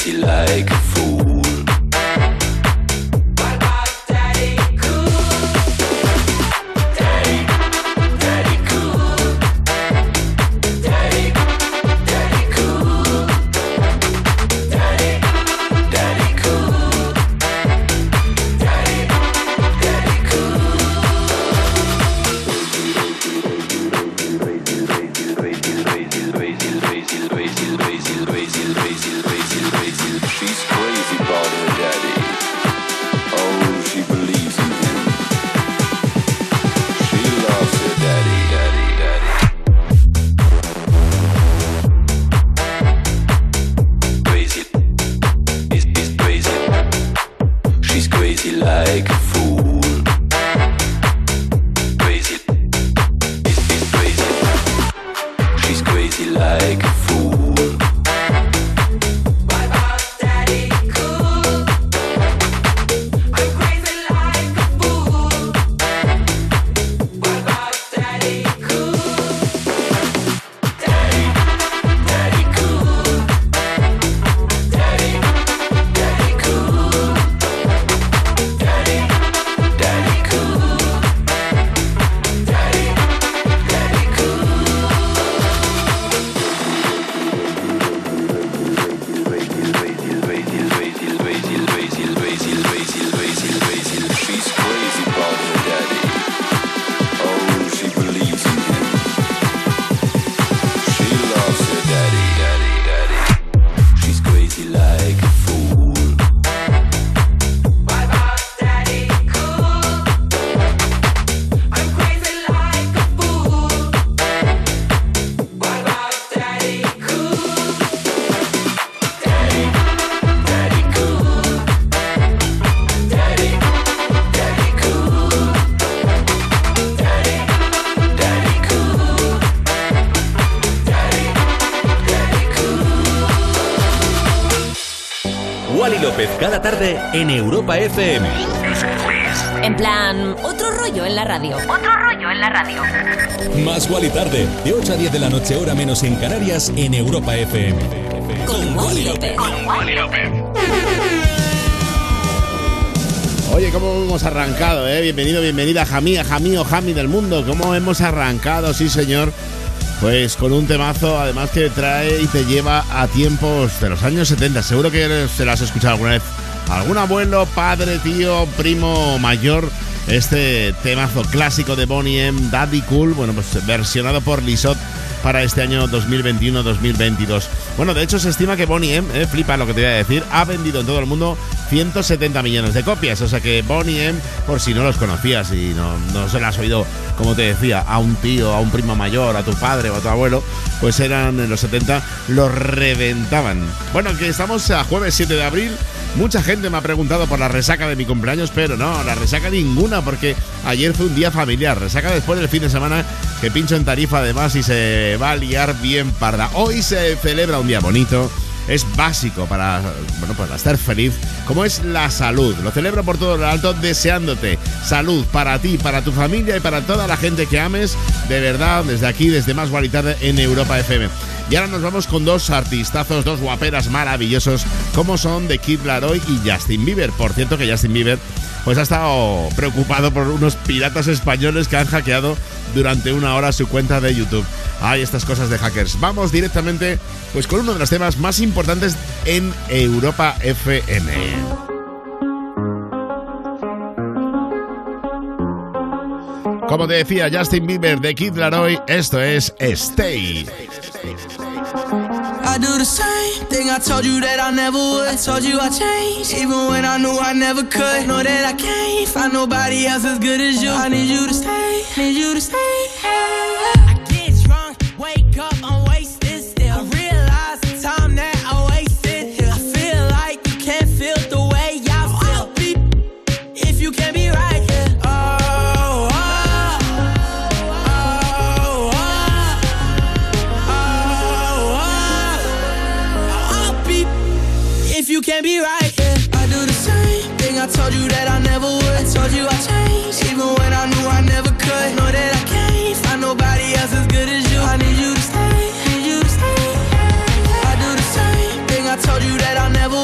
crazy like a fool. Cada tarde en Europa FM. En plan, otro rollo en la radio. Otro rollo en la radio. Más Wally tarde, de 8 a 10 de la noche, hora menos en Canarias, en Europa FM. Con Wally López. Con Wally López. Oye, ¿cómo hemos arrancado, Bienvenido, bienvenida, Jamía, Jamío, Jami del mundo. ¿Cómo hemos arrancado? Sí, señor. Pues con un temazo, además que trae y te lleva a tiempos de los años 70. Seguro que se lo has escuchado alguna vez. Algún abuelo, padre, tío, primo mayor. Este temazo clásico de Boney M, Daddy Cool. Bueno, pues versionado por Lisot para este año 2021-2022. Bueno, de hecho se estima que Boney M, flipa lo que te voy a decir, ha vendido en todo el mundo 170 millones de copias. O sea que Boney M, por si no los conocías y no se lo has oído, como te decía, a un tío, a un primo mayor, a tu padre o a tu abuelo, pues eran en los 70, los reventaban. Bueno, que estamos a jueves 7 de abril. Mucha gente me ha preguntado por la resaca de mi cumpleaños, pero no, la resaca ninguna, porque ayer fue un día familiar. Resaca después del fin de semana, que pincho en Tarifa además y se va a liar bien parda. Hoy se celebra un día bonito. Es básico para estar feliz, como es la salud. Lo celebro por todo lo alto, deseándote salud para ti, para tu familia y para toda la gente que ames, de verdad, desde aquí, desde Más Wally Tarde en Europa FM. Y ahora nos vamos con dos artistazos, dos guaperas maravillosos, como son The Kid Laroi y Justin Bieber. Por cierto, que Justin Bieber pues ha estado preocupado por unos piratas españoles que han hackeado durante una hora su cuenta de YouTube. Hay estas cosas de hackers. Vamos directamente pues con uno de los temas más importantes en Europa FM. Como te decía, Justin Bieber, The Kid Laroi, esto es Stay. I do the same thing I told you that I never would. I told you I changed, even when I knew I never could. Know that I can't find nobody else as good as you. I need you to stay, need you to stay. I get drunk, wake up, I'm wasted still. I realize the time that I wasted here. I feel like you can't feel the way I feel. I'll be if you can't be right here. You can't be right, yeah. I do the same thing I told you that I never would. I told you I changed, even when I knew I never could. Know that I can't find nobody else as good as you. I need you to stay, need you to stay. I do the same thing I told you that I never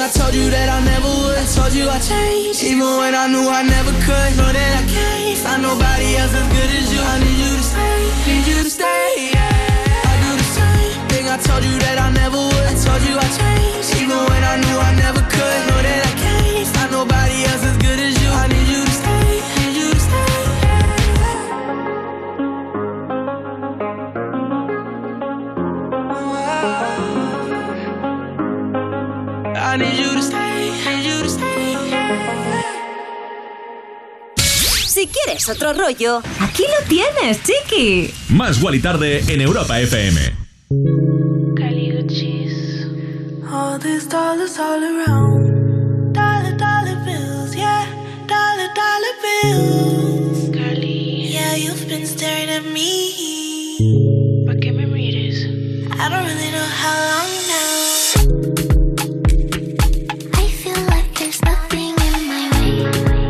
I told you that I never would. I told you I changed, even when I knew I never could. Know that I can't find nobody else as good as you. I need you to stay, need you to stay, yeah. I do the same thing, I told you that I never would. I told you I changed, even when I knew I never could. Know that I can't find nobody else as good as you. I need you to stay, need you to stay, yeah. I need you to stay, need you to stay. Si quieres otro rollo, aquí lo tienes, chiqui. Más Guali Tarde en Europa FM. All these dollars all around. Dollar bills, yeah. Dollar bills. Carly, yeah, you've been staring at me. ¿Pa' qué me mires? I don't really know how long now. I feel like there's nothing in my way.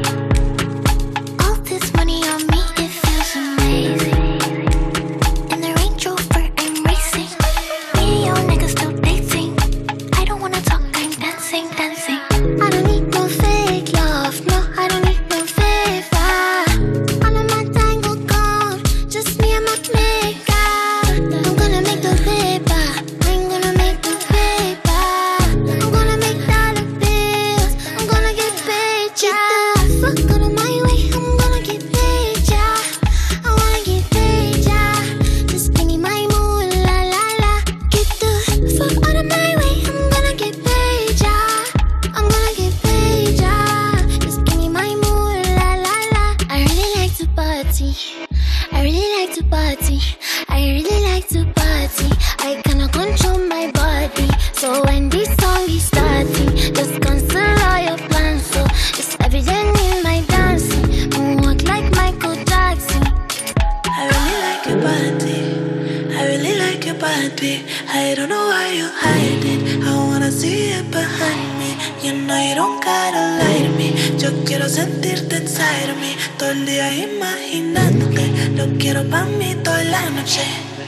All this money on me, it feels amazing. In the Range Rover, I'm racing. Me and your nigga still dating. I don't wanna talk, I'm dancing. I don't need no fake love, no, I don't need no favor. All of my tango gone, just me and my makeup. I'm gonna make the paper, I'm gonna make the paper. I'm gonna make dollar bills, I'm gonna get paid, yeah. Get the fuck out of my way, I'm gonna get paid, yeah. I wanna get paid, yeah. Just give me my moolah, la la. Get the fuck out of my way, I'm gonna get paid, yeah. I'm gonna get paid, yeah. Just give me my moolah, la la. I really like to party. I really like to party. I really like to party. I cannot control my body. So when this song is starting, just cancel all your plans. So it's evident in my dancing. Moonwalk like Michael Jackson. I really like your body. I really like your body. I don't know why you hide it. I wanna see it behind me. You know you don't gotta lie to me. Yo quiero sentirte inside of me. Todo el día imaginándote. Lo quiero pa' mí toda la noche.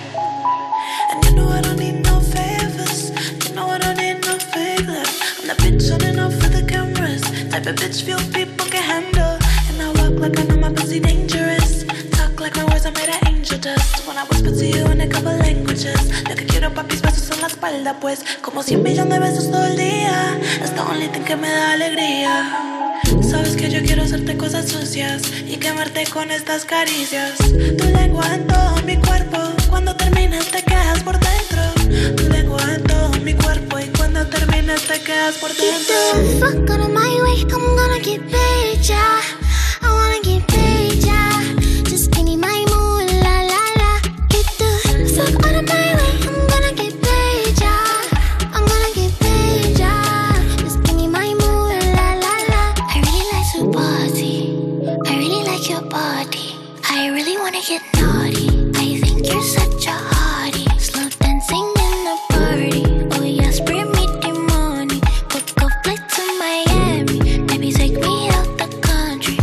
And you know I don't need no favors. You know I don't need no favors. I'm the bitch running off for the cameras. Type of bitch few people can handle. And I walk like I know my pussy dangerous. Talk like my words are made of angel dust. When I whisper to you in a couple languages. Lo que quiero pa' mis besos en la espalda, pues. Como 100 millones de besos todo el día. Es the only thing que me da alegría. Sabes que yo quiero hacerte cosas sucias y quemarte con estas caricias. Tu lengua en todo mi cuerpo. Cuando termines te quedas por dentro. Tu lengua en todo mi cuerpo. Y cuando termines te quedas por Get dentro. the fuck out of my way, I'm gonna get paid, yeah. I wanna get paid, yeah. Just give me my moolah, la la. Get the fuck out of my way, I'm gonna get paid, yeah. I'm gonna get paid, yeah. Just give me my moolah, la la. I really like to party. I really like your body. I really wanna get naughty. I think you're such a hottie. Slow dancing in the party. Oh yes, bring me the money. Book a flight to Miami. Maybe take me out the country.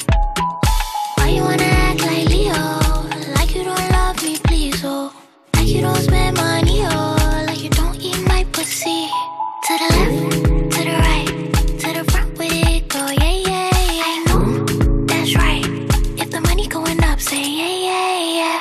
Why you wanna act like Leo? Like you don't love me, please, oh. Like you don't spend money, oh. Like you don't eat my pussy. To the left, to the right, to the front with it go, yeah, yeah, yeah. I know, that's right. If the money going up, say yeah, yeah, yeah.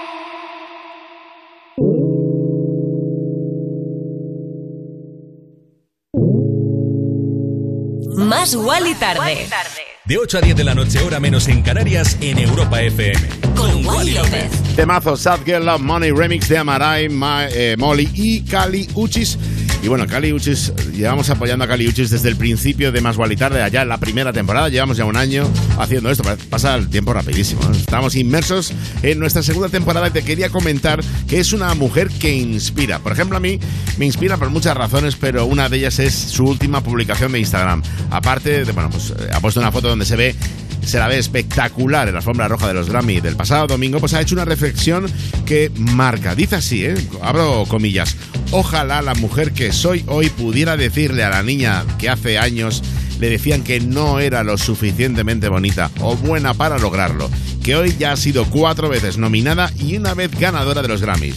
Más Guali Tarde. De 8 a 10 de la noche, hora menos en Canarias, en Europa FM. Con Wally López. Temazo, Sad Girl Love Money, remix de Amarai, Molly y Kali Uchis. Y bueno, Kali Uchis, llevamos apoyando a Kali Uchis desde el principio de Más Guali Tarde, allá en la primera temporada. Llevamos ya un año haciendo esto, pasa el tiempo rapidísimo, ¿no? Estamos inmersos en nuestra segunda temporada y te quería comentar que es una mujer que inspira. Por ejemplo, a mí me inspira por muchas razones, pero una de ellas es su última publicación de Instagram. Aparte de, bueno, pues ha puesto una foto donde se la ve espectacular en la alfombra roja de los Grammy del pasado domingo, pues ha hecho una reflexión que marca, dice así, abro comillas: ojalá la mujer que soy hoy pudiera decirle a la niña que hace años le decían que no era lo suficientemente bonita o buena para lograrlo, que hoy ya ha sido 4 veces nominada y una vez ganadora de los Grammys.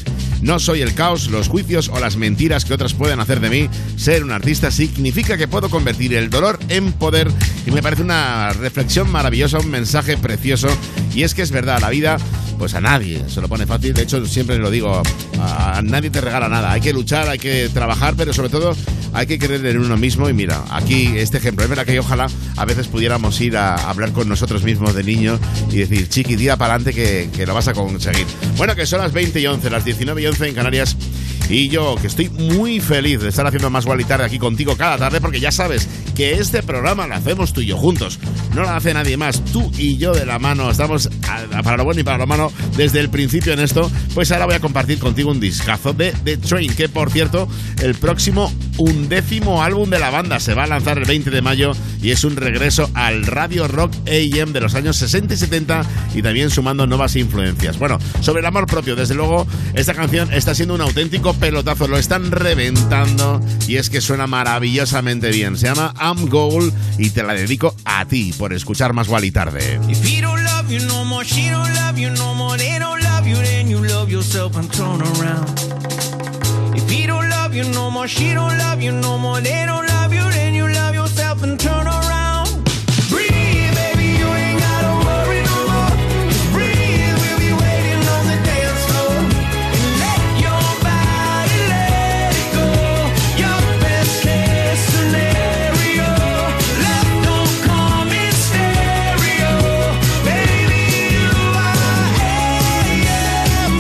No soy el caos, los juicios o las mentiras que otros pueden hacer de mí. Ser un artista significa que puedo convertir el dolor en poder. Y me parece una reflexión maravillosa, un mensaje precioso. Y es que es verdad, la vida, pues a nadie se lo pone fácil. De hecho, siempre lo digo, a nadie te regala nada. Hay que luchar, hay que trabajar, pero sobre todo hay que creer en uno mismo. Y mira, aquí este ejemplo, es verdad que ojalá a veces pudiéramos ir a hablar con nosotros mismos de niños y decir, chiqui, tira para adelante que lo vas a conseguir. Bueno, que son las 20:11, las 19:11 en Canarias. Y yo, que estoy muy feliz de estar haciendo Más Guali Tarde aquí contigo cada tarde, porque ya sabes que este programa lo hacemos tú y yo juntos. No lo hace nadie más, tú y yo de la mano. Estamos para lo bueno y para lo malo desde el principio en esto. Pues ahora voy a compartir contigo un discazo de The Train, que por cierto, el próximo 11º álbum de la banda se va a lanzar el 20 de mayo y es un regreso al Radio Rock AM de los años 60 y 70 y también sumando nuevas influencias. Bueno, sobre el amor propio, desde luego, esta canción está siendo un auténtico pelotazo, lo están reventando y es que suena maravillosamente bien. Se llama I'm Gold y te la dedico a ti por escuchar Más Guali Tarde. If he don't love you no more, she don't love you no more, they don't love you, then you love yourself and turn around. If he don't love you no more, she don't love you no more, they don't love you, then you love yourself and turn around. Breathe, baby, you ain't gotta worry no more. Just breathe, we'll be waiting on the dance floor. And let your body let it go. Your best case scenario. Love don't come in stereo. Baby, you are AM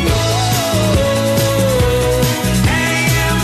gold. AM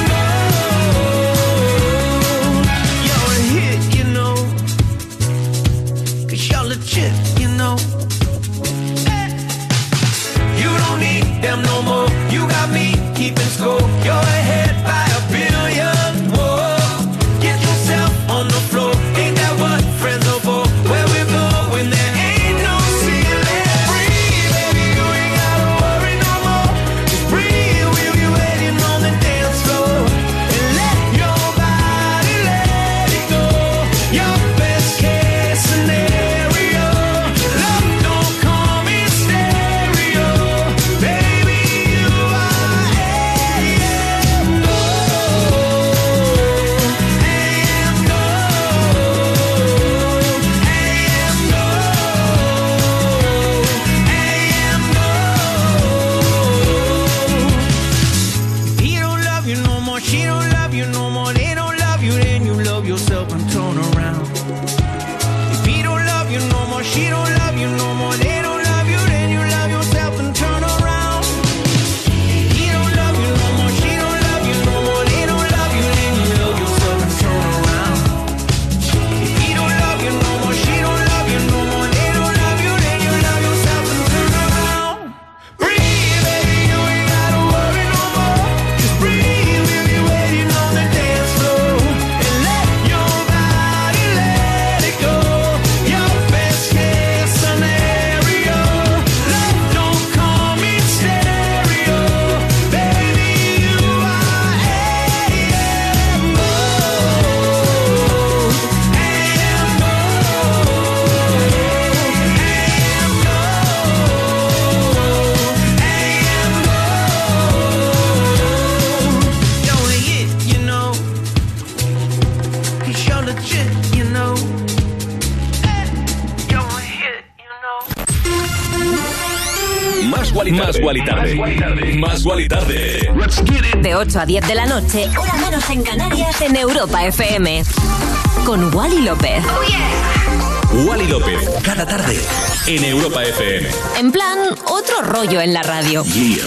gold. You're a hit, you know. 'Cause you're legit, you know. Hey. You don't need them no more. You got me keeping score. You're ahead by a billion. Whoa. Get yourself on the floor. Ain't that what friends are for? Where we go when there ain't no ceiling. Breathe, baby, you ain't gotta worry no more. Just breathe, we'll be waiting on the dance floor. And let your body let it go. Your best case scenario. Love don't come in stereo. Baby, you are AM gold. AM gold. AM gold. AM gold. If he don't love you no more, she don't love you no more, they don't love you, then you love yourself and turn around. If he don't love you no more, she don't love you no more, they don't love you, then you love yourself and turn around. If he don't love you no more, she don't love you no more, they don't love you, then you love yourself and turn around. If he don't love you no more, she don't love you no more, they don't love you, then you love yourself and turn around. Breathe, baby, you ain't gotta worry no more. Just breathe, we'll be waiting on the dance floor. And let your body let it go. Your best case scenario. Love don't come in stereo. Baby, you are AM gold. AM gold. AM gold. You're a hit, you know. 'Cause you're legit, you know. You're a hit, you know. Más Guali Tarde. Más Guali Tarde. De 8 a 10 de la noche, hora menos en Canarias, en Europa FM. Con Wally López. Wally López, cada tarde en Europa FM. En plan, otro rollo en la radio. Yeah.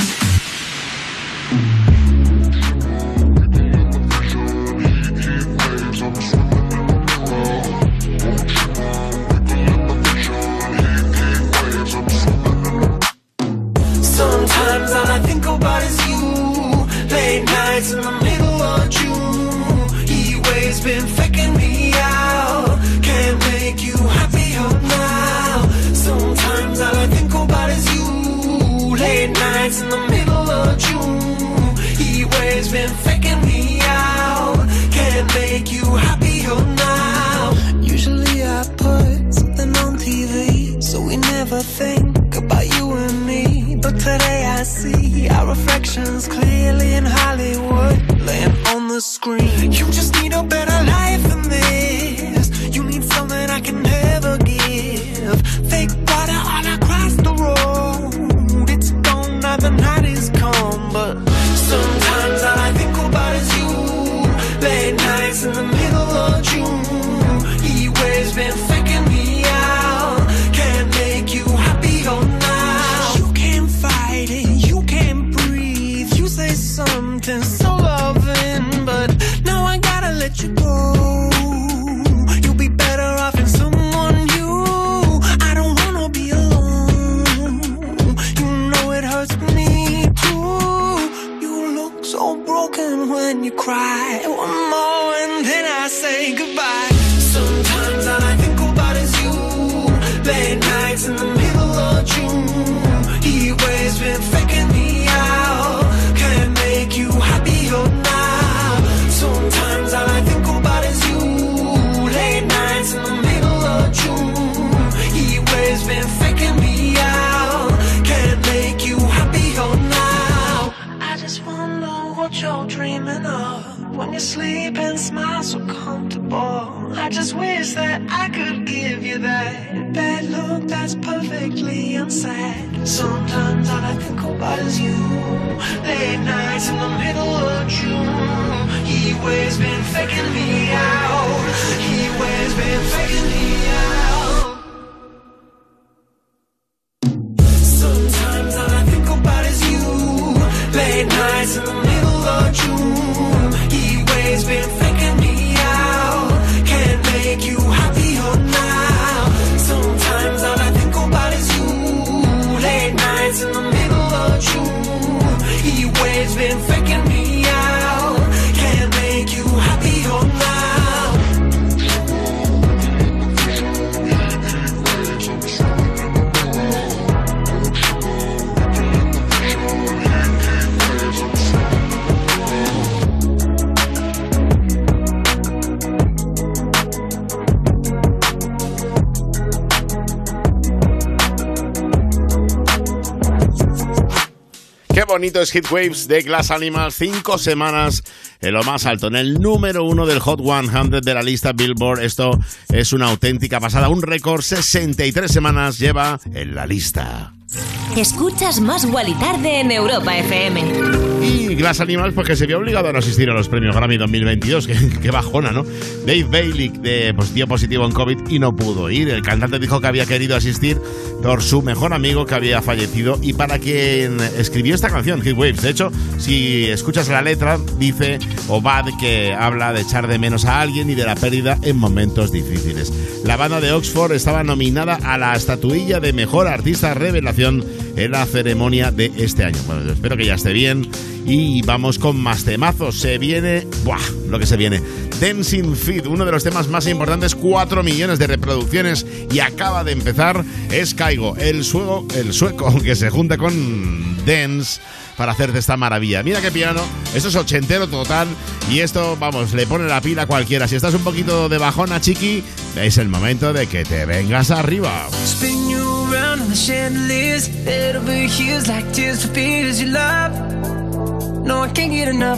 Sometimes all I think about is you. Late nights in the middle of June. He waves been faking me out. Can't make you happier now. Sometimes all I think about is you. Late nights in the middle of June. He waves been faking me out. Can't make you happier now. Usually I put something on TV, so we never think about you and me. But today I see our reflections say goodbye. Sometimes all I think about is you. Late nights in the middle of June. He always been faking me out. Can't make you happier now. Sometimes all I think about is you. Late nights in the middle of June. He always been faking me out. Can't make you happier now. I just wonder what you're dreaming of. When you sleep and smile so comfortable. I just wish that I could give you that bad look that's perfectly unsaid. Sometimes all I think about is you. Late nights in the middle of June. He always been faking me out. He always been faking me out. Sometimes all I think about is you. Late nights in the middle of June. He always been faking me out. Can't make you happier now. Sometimes all I think about is you. Late nights in the middle of June. He always been faking me out. Can't make you happier now. Qué bonito es Heat Waves de Glass Animals. 5 semanas en lo más alto, en el número 1 del Hot 100 de la lista Billboard. Esto es una auténtica pasada, un récord. 63 semanas lleva en la lista. Escuchas Más Wally Tarde en Europa FM. Y Glass Animals, porque se vio obligado a no asistir a los premios Grammy 2022. Qué bajona, ¿no? Dave Bailey dio positivo en COVID y no pudo ir. El cantante dijo que había querido asistir por su mejor amigo que había fallecido y para quien escribió esta canción, Heat Waves. De hecho, si escuchas la letra, dice Obad que habla de echar de menos a alguien y de la pérdida en momentos difíciles. La banda de Oxford estaba nominada a la estatuilla de Mejor Artista Revelación en la ceremonia de este año. Bueno, espero que ya esté bien y vamos con más temazos. Se viene, lo que se viene. Dancing Feet, uno de los temas más importantes, 4 millones de reproducciones y acaba de empezar. Es Kygo, el sueco que se junta con Dance para hacer de esta maravilla. Mira qué piano, esto es ochentero total y esto, vamos, le pone la pila a cualquiera. Si estás un poquito de bajona, chiqui, es el momento de que te vengas arriba. Spin you around on the chandeliers, head over heels like tears for fears you love. No, I can't get enough.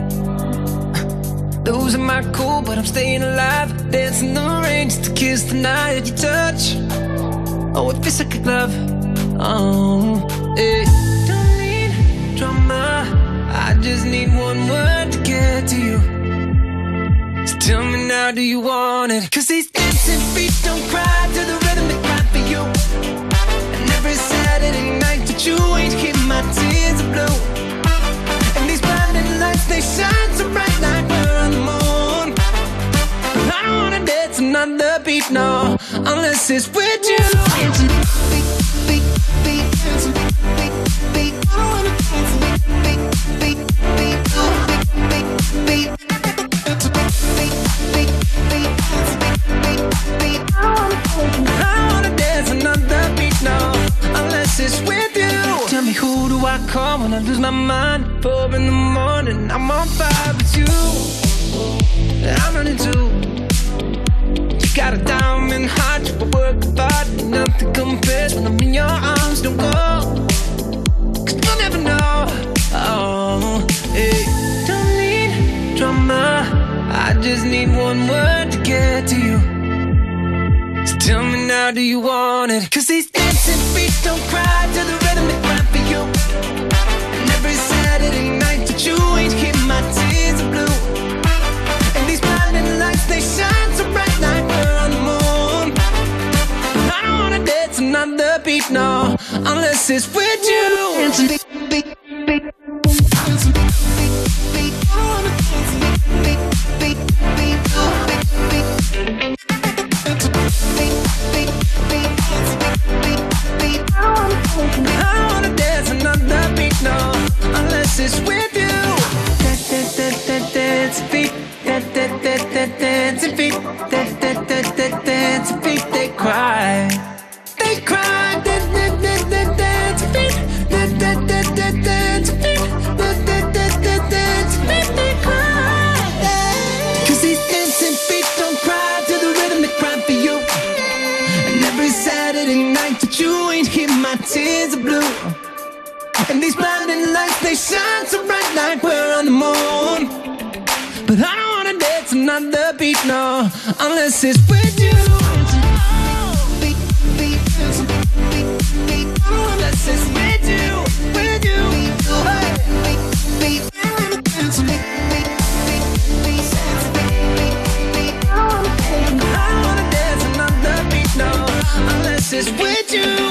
Losing my cool, but I'm staying alive. Dancing the rain just to kiss the night you touch. Oh, it feels like a glove. Oh, yeah. Don't need drama. I just need one word to get to you. So tell me now, do you want it? 'Cause these dancing feet don't cry to the rhythm they cry for you. And every Saturday night that you ain't keep my tears are blue. And these blinding lights, they shine so bright like we're on the moon. I don't wanna dance another beat, no, unless it's with you. Dancing beat, beat, beat, dancing beat, beat, I don't wanna dance beat, beat, beat, beat, beat, beat, beat. I wanna dance another beat, no, unless it's with you. Tell me, who do I call when I lose my mind? 4 in the morning, I'm on fire with you. I'm running too. You got a diamond heart, you work hard, nothing compares when I'm in your arms. Don't go, 'cause you'll never know. Oh, hey. Don't need drama, I just need one word to get to you. So tell me now, do you want it? 'Cause these dancing feet don't cry to the rhythm they cry for you. And every Saturday night that you ain't keep my tears are blue. And these blinding lights, they shine so bright like we're on the moon. I don't wanna dance another beat, no, unless it's with you. Dancing beat, beat, beat. Dancing beat, beat, beat. I don't wanna dance beat, beat, beat, beat, beat, beat. I don't wanna dance another beat, no, unless it's with you. Dance beat, dance beat. tears of blue. And these blinding lights, they shine so bright like we're on the moon. But I don't wanna dance another beat, no, unless it's with you. Unless it's with you, with you. Hey. I don't wanna dance another beat, no, unless it's with you.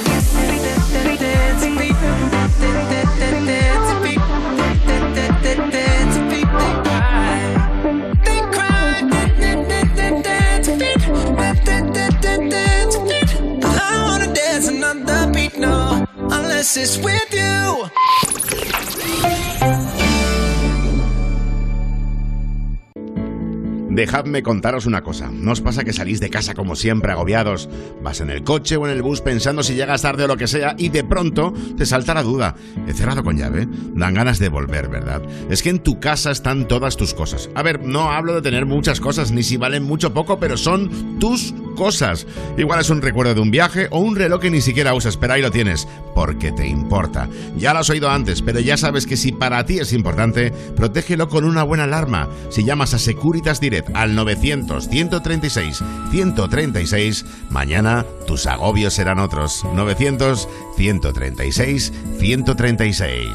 No, unless it's with you. Dejadme contaros una cosa. ¿No os pasa que salís de casa como siempre agobiados? Vas en el coche o en el bus pensando si llegas tarde o lo que sea y de pronto te salta la duda. ¿He cerrado con llave? Dan ganas de volver, ¿verdad? Es que en tu casa están todas tus cosas. A ver, no hablo de tener muchas cosas ni si valen mucho o poco, pero son tus cosas. Igual es un recuerdo de un viaje o un reloj que ni siquiera usas, pero ahí lo tienes, porque te importa. Ya lo has oído antes, pero ya sabes que si para ti es importante, protégelo con una buena alarma. Si llamas a Securitas Direct al 900-136-136, mañana tus agobios serán otros. 900-136-136.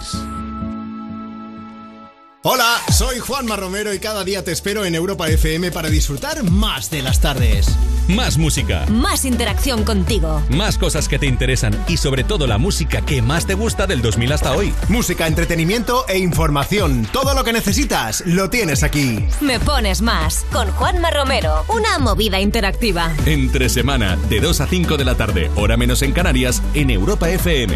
Hola, soy Juanma Romero y cada día te espero en Europa FM para disfrutar más de las tardes. Más música. Más interacción contigo. Más cosas que te interesan y sobre todo la música que más te gusta del 2000 hasta hoy. Música, entretenimiento e información. Todo lo que necesitas lo tienes aquí. Me pones más con Juanma Romero. Una movida interactiva. Entre semana, de 2 a 5 de la tarde, hora menos en Canarias, en Europa FM.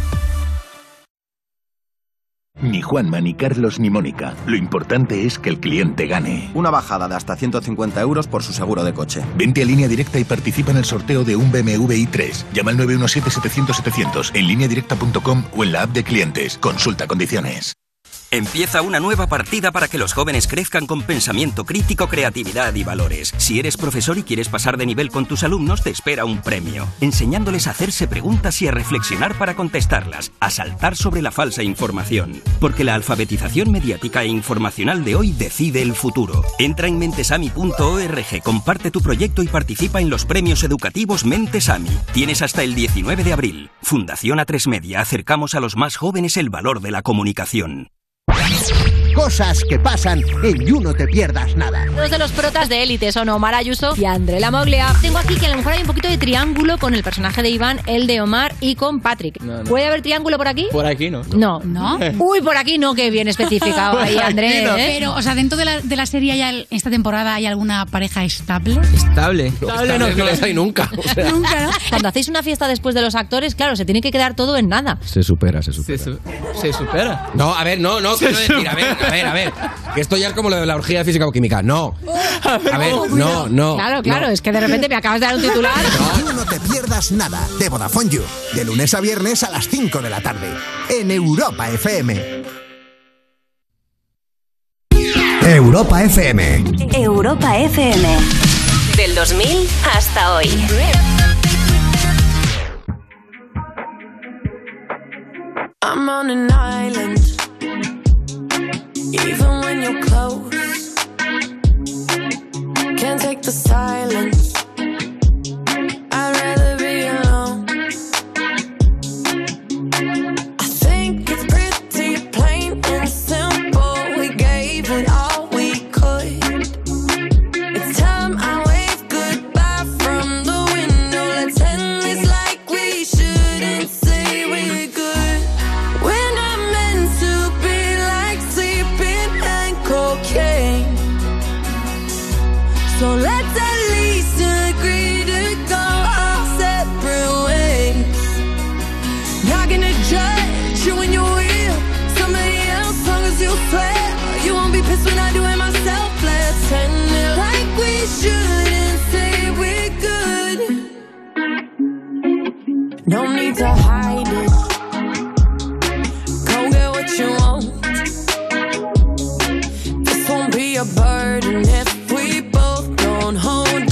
Ni Juanma, ni Carlos, ni Mónica. Lo importante es que el cliente gane. Una bajada de hasta 150 euros por su seguro de coche. Vente a Línea Directa y participa en el sorteo de un BMW i3. Llama al 917-700-700 en lineadirecta.com o en la app de clientes. Consulta condiciones. Empieza una nueva partida para que los jóvenes crezcan con pensamiento crítico, creatividad y valores. Si eres profesor y quieres pasar de nivel con tus alumnos, te espera un premio, enseñándoles a hacerse preguntas y a reflexionar para contestarlas, a saltar sobre la falsa información. Porque la alfabetización mediática e informacional de hoy decide el futuro. Entra en mentesami.org, comparte tu proyecto y participa en los premios educativos Mentesami. Tienes hasta el 19 de abril. Fundación A3 Media, acercamos a los más jóvenes el valor de la comunicación. Cosas que pasan en You No Te Pierdas Nada. Dos de los protas de Élite son Omar Ayuso y André Lamoglia. Tengo aquí que a lo mejor hay un poquito de triángulo con el personaje de Iván, el de Omar y con Patrick. No. ¿Puede haber triángulo por aquí? Por aquí no. No. Uy, por aquí no, que bien especificado ahí, André. No. Pero, o sea, dentro de la serie esta temporada hay alguna pareja estable. ¿Estable? Estable no les hay nunca. O sea. Nunca, ¿no? Cuando hacéis una fiesta después de los actores, claro, se tiene que quedar todo en nada. Se supera. ¿Se supera? No, a ver, no, quiero decir, a ver. Que esto ya es como lo de la orgía física-química. No. A ver, no. Claro, es que de repente me acabas de dar un titular. You No Te Pierdas Nada, de Vodafone You. De lunes a viernes a las 5 de la tarde. En Europa FM. Europa FM. Europa FM. Del 2000 hasta hoy. I'm on an island. Even when you're close, can't take the silence. I'd rather be alone. I think it's pretty plain and simple. We gave it all we could. It's time I wave goodbye from the window. Let's end this like we shouldn't say we're good. We're not meant to be like sleeping and cocaine. So let's at least agree to go our separate ways. Not gonna judge you when you're with somebody else, long as you swear you won't be pissed when I do it myself. Let's end it like we shouldn't say we're good. No need to hide it. Go get what you want. This won't be a burden if we both don't hold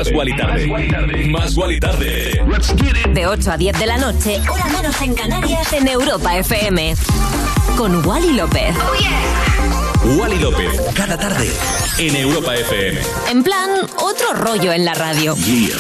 Más Wally Tarde. Más Wally Tarde. De 8 a 10 de la noche, hora menos en Canarias, en Europa FM. Con Wally López. Oh, yeah. Wally López, cada tarde, en Europa FM. En plan, otro rollo en la radio. Yeah.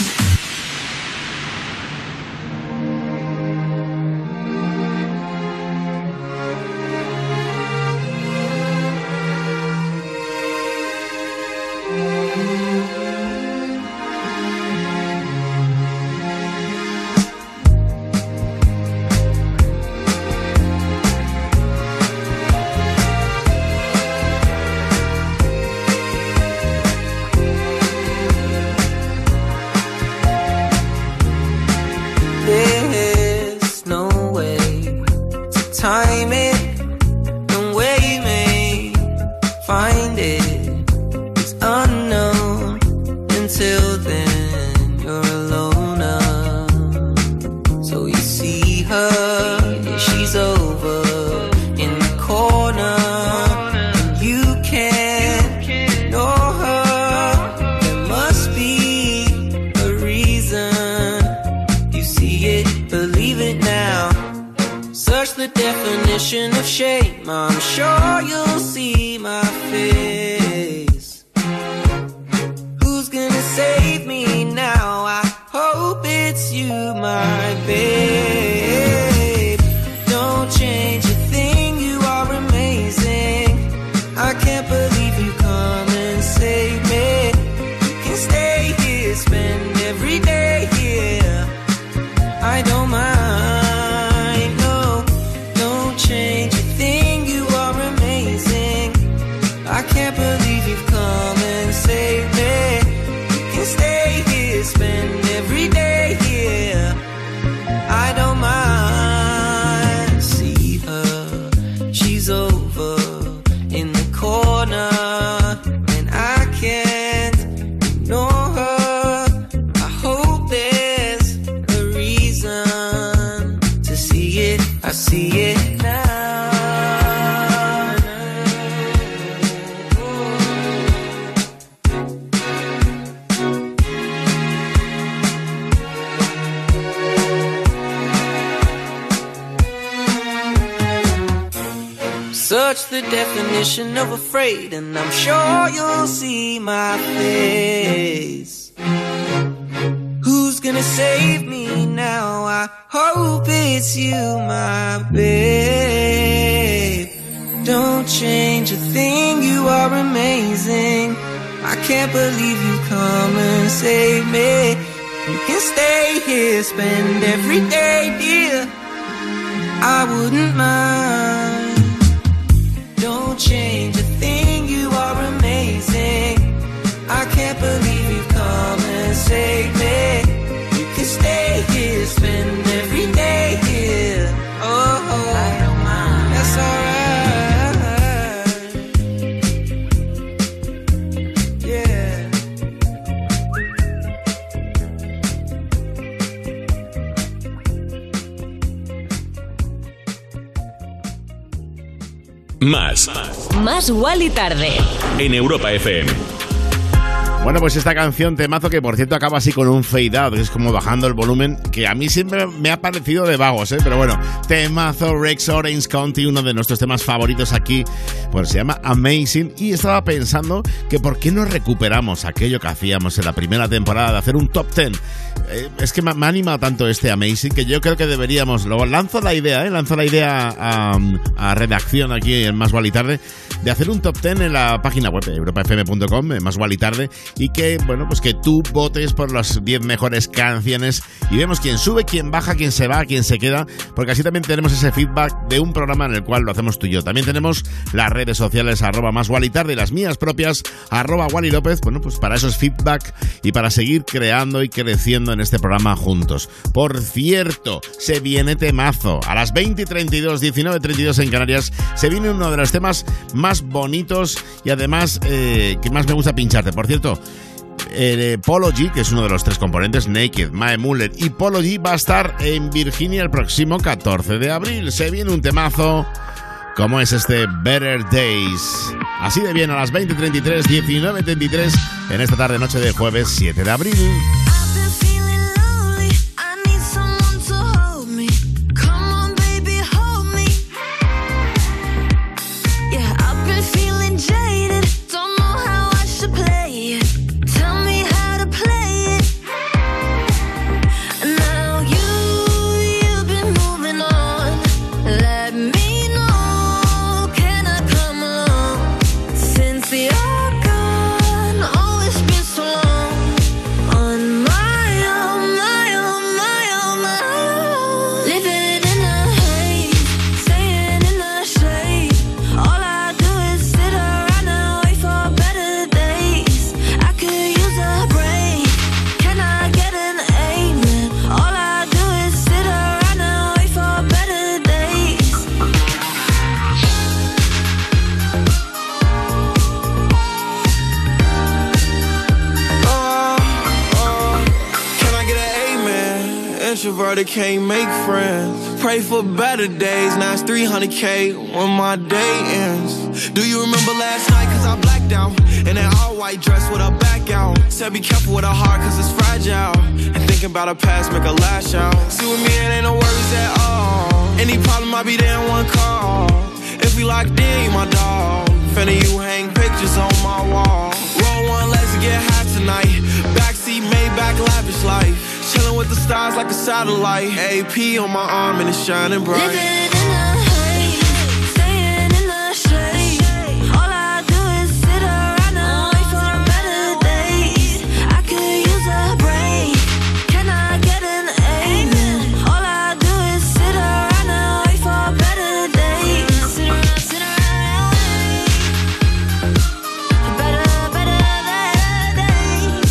Such the definition of afraid, and I'm sure you'll see my face. Who's gonna save me now? I hope it's you, my babe. Don't change a thing, you are amazing. I can't believe you come and save me. You can stay here, spend every day, dear. I wouldn't mind. Don't change a thing, you are amazing. I can't believe you come and save me. You can stay here, spend every day here. Oh, I don't mind. That's alright. Yeah. Más Wally Tarde. En Europa FM. Bueno, pues esta canción temazo que por cierto acaba así con un fade out, que es como bajando el volumen, que a mí siempre me ha parecido de vagos, pero bueno, temazo Rex Orange County, uno de nuestros temas favoritos aquí, pues se llama Amazing, y estaba pensando que por qué no recuperamos aquello que hacíamos en la primera temporada de hacer un top 10. Es que me ha animado tanto este Amazing que yo creo que deberíamos, luego lanzo la idea a redacción aquí en Más Wally Tarde, de hacer un top 10 en la página web de europafm.com, Más Wally Tarde, y que, bueno, pues que tú votes por las 10 mejores canciones y vemos quién sube, quién baja, quién se va, quién se queda, porque así también tenemos ese feedback de un programa en el cual lo hacemos tú y yo. También tenemos las redes sociales @MásWallyTarde y las mías propias @WallyLópez, bueno, pues para esos feedback y para seguir creando y creciendo en este programa juntos. Por cierto, se viene temazo. A las 20:32, 19:32 en Canarias, se viene uno de los temas más bonitos y además que más me gusta pincharte. Por cierto, Polo G, que es uno de los 3 componentes, Naked, Mae Muller y Polo G, va a estar en Virginia el próximo 14 de abril. Se viene un temazo como es este Better Days. Así de bien, a las 20:33, 19:33, en esta tarde noche de jueves 7 de abril. Can't make friends. Pray for better days. Now it's 300K when my day ends. Do you remember last night? Cause I blacked out in that all white dress with her back out. Said be careful with her heart cause it's fragile. And thinking about her past make her lash out. See with me it ain't no worries at all. Any problem I'll be there in one call. If we locked in, you my dog. Finna you hang pictures on my wall. Roll one, let's get high tonight. Backseat Maybach lavish life. Chillin' with the stars like a satellite. AP on my arm and it's shining bright. Living in the haze, staying in the shade. All I do is sit around and wait for better days. I could use a break. Can I get an amen? All I do is sit around and wait for better days. Sit around, better days.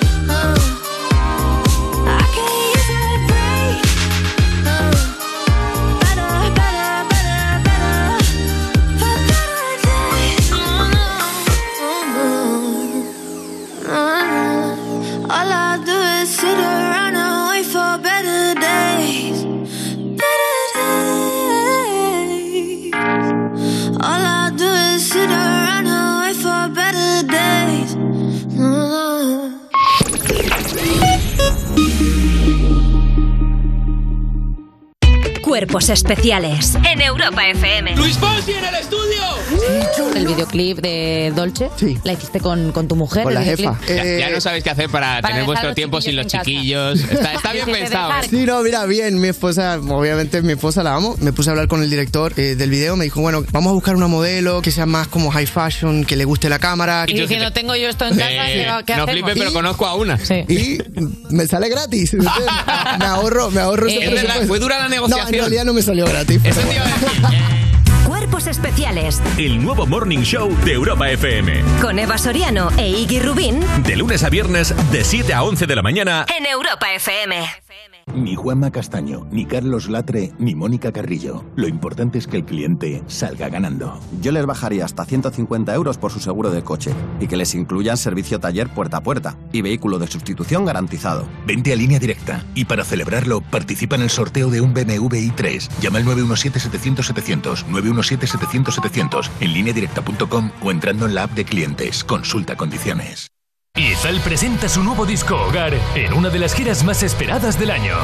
Cuerpos especiales en Europa FM. ¡Luis Fonsi en el estudio! El videoclip de Dolce, la hiciste con tu mujer. Con la jefa. Ya no sabéis qué hacer para tener vuestro tiempo sin los chiquillos. Está bien pensado. Sí, no, mira, bien. Mi esposa, obviamente mi esposa la amo. Me puse a hablar con el director del video. Me dijo, bueno, vamos a buscar una modelo que sea más como high fashion, que le guste la cámara. Y diciendo, tengo yo esto en casa, ¿qué no hacemos? flipes, pero conozco a una. Sí. Y me sale gratis. Me ahorro ese presupuesto. ¿Fue dura la negociación? No, en realidad no me salió gratis. Eso te iba a decir. Cuerpos especiales. El nuevo Morning Show de Europa FM. Con Eva Soriano e Iggy Rubín. De lunes a viernes, de 7 a 11 de la mañana. En Europa FM. Ni Juanma Castaño, ni Carlos Latre, ni Mónica Carrillo. Lo importante es que el cliente salga ganando. Yo les bajaría hasta 150 euros por su seguro de coche y que les incluyan servicio taller puerta a puerta y vehículo de sustitución garantizado. Vente a Línea Directa y para celebrarlo participa en el sorteo de un BMW i3. Llama al 917-700-700, 917-700-700 en lineadirecta.com o entrando en la app de clientes. Consulta condiciones. Izal presenta su nuevo disco Hogar en una de las giras más esperadas del año.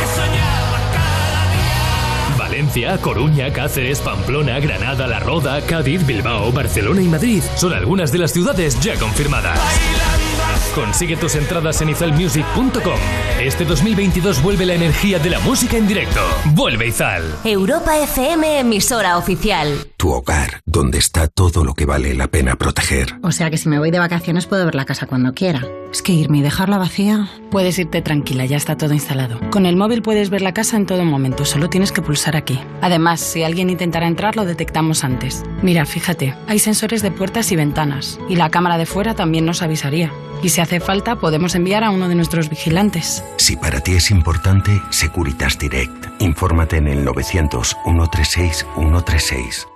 Valencia, Coruña, Cáceres, Pamplona, Granada, La Roda, Cádiz, Bilbao, Barcelona y Madrid son algunas de las ciudades ya confirmadas. Consigue tus entradas en izalmusic.com. Este 2022 vuelve la energía de la música en directo. Vuelve Izal. Europa FM, emisora oficial. Tu hogar, donde está todo lo que vale la pena proteger. O sea que si me voy de vacaciones puedo ver la casa cuando quiera. Es que irme y dejarla vacía... Puedes irte tranquila, ya está todo instalado. Con el móvil puedes ver la casa en todo momento, solo tienes que pulsar aquí. Además, si alguien intentara entrar, lo detectamos antes. Mira, fíjate, hay sensores de puertas y ventanas. Y la cámara de fuera también nos avisaría. Y si hace falta, podemos enviar a uno de nuestros vigilantes. Si para ti es importante, Securitas Direct. Infórmate en el 900-136-136.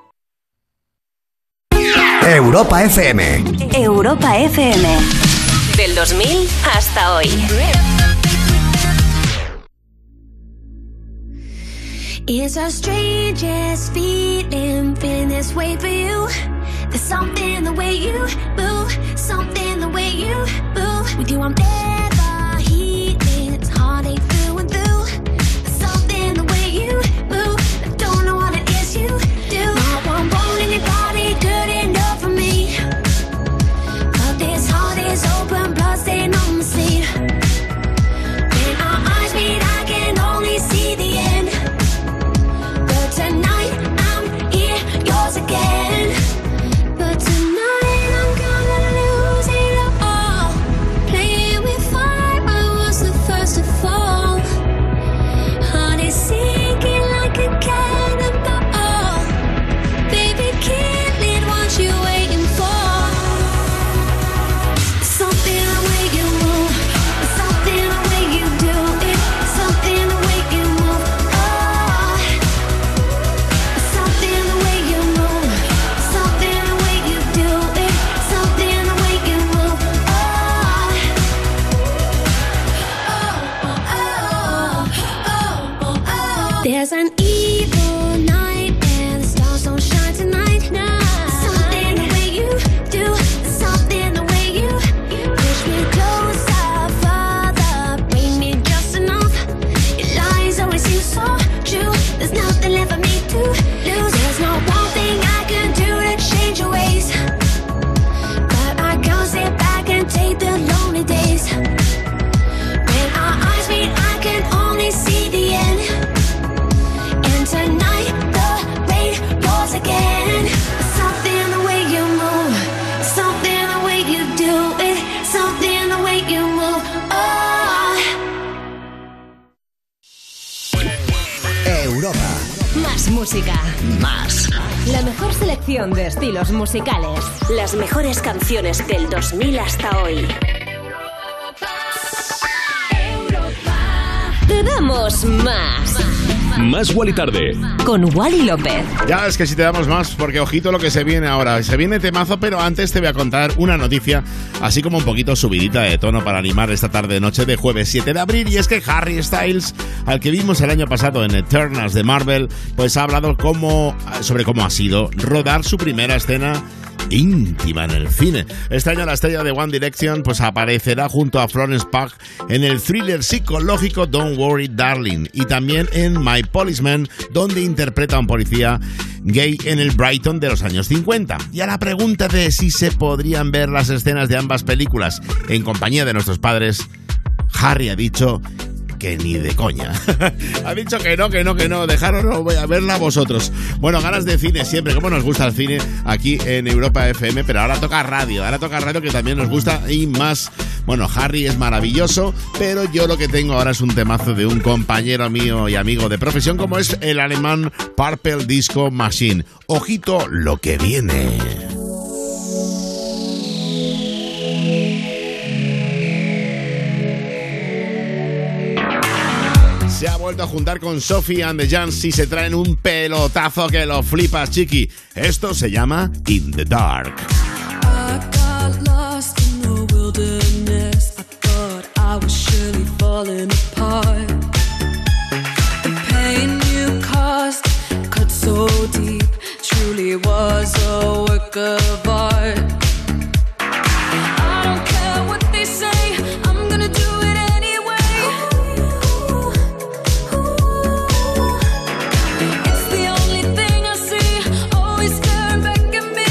Europa FM. Europa FM. Del 2000 hasta hoy. It's our strangest feeling this way for you. There's something the way you move, something the way you move. With you I'm never healing, it's heartache through and through. There's something the way you move, I don't know what it is you do. Not one bone in your body good enough for me. But this heart is open, blood stain on the seat. When our eyes meet I can only see the end. But tonight I'm here, yours again. But tonight I'm gonna lose it all. Playing with fire, I was the first to fall. Heart is sinking like a cannonball. Baby, kill it, what you waiting for? Something the way you move, something the way you do it, something the way you move. Oh, something the way you move, something the way you do it, something the way you move. There's an evil night and the stars don't shine tonight. Something the way you do, something the way you push me closer, further, bring me just enough. Your lies always seem so true. There's nothing left for me to lose. There's no one thing I can do to change your ways, but I can't sit back and take the lonely days. When our eyes meet, I can only see the end. And tonight the rain pours again. Something the way you move, something the way you do it, something the way you move. Oh. Europa. Más música. Más. La mejor selección de estilos musicales. Las mejores canciones del 2000 hasta hoy. Te damos más. Más Wally Tarde. Con Wally López. Ya es que si te damos más, porque ojito lo que se viene ahora. Se viene temazo, pero antes te voy a contar una noticia, así como un poquito subidita de tono para animar esta tarde-noche de jueves 7 de abril. Y es que Harry Styles, al que vimos el año pasado en Eternals de Marvel, pues ha hablado sobre cómo ha sido rodar su primera escena íntima en el cine. Este año la estrella de One Direction pues aparecerá junto a Florence Pugh en el thriller psicológico Don't Worry Darling, y también en My Policeman, donde interpreta a un policía gay en el Brighton de los años 50. Y a la pregunta de si se podrían ver las escenas de ambas películas en compañía de nuestros padres, Harry ha dicho que ni de coña. Ha dicho que no, dejároslo, voy a verla vosotros. Bueno, ganas de cine siempre, como nos gusta el cine aquí en Europa FM, pero ahora toca radio que también nos gusta y más. Bueno, Harry es maravilloso, pero yo lo que tengo ahora es un temazo de un compañero mío y amigo de profesión como es el alemán Purple Disco Machine. Ojito lo que viene. Se ha vuelto a juntar con Sophie and the Giants y se traen un pelotazo que lo flipas, chiqui. Esto se llama In the Dark. I got lost in the wilderness. I thought I was surely falling apart. The pain you caused cut so deep, truly was a work of art. I don't care what they say, I'm gonna do it anyway. It's the only thing I see, always staring back at me.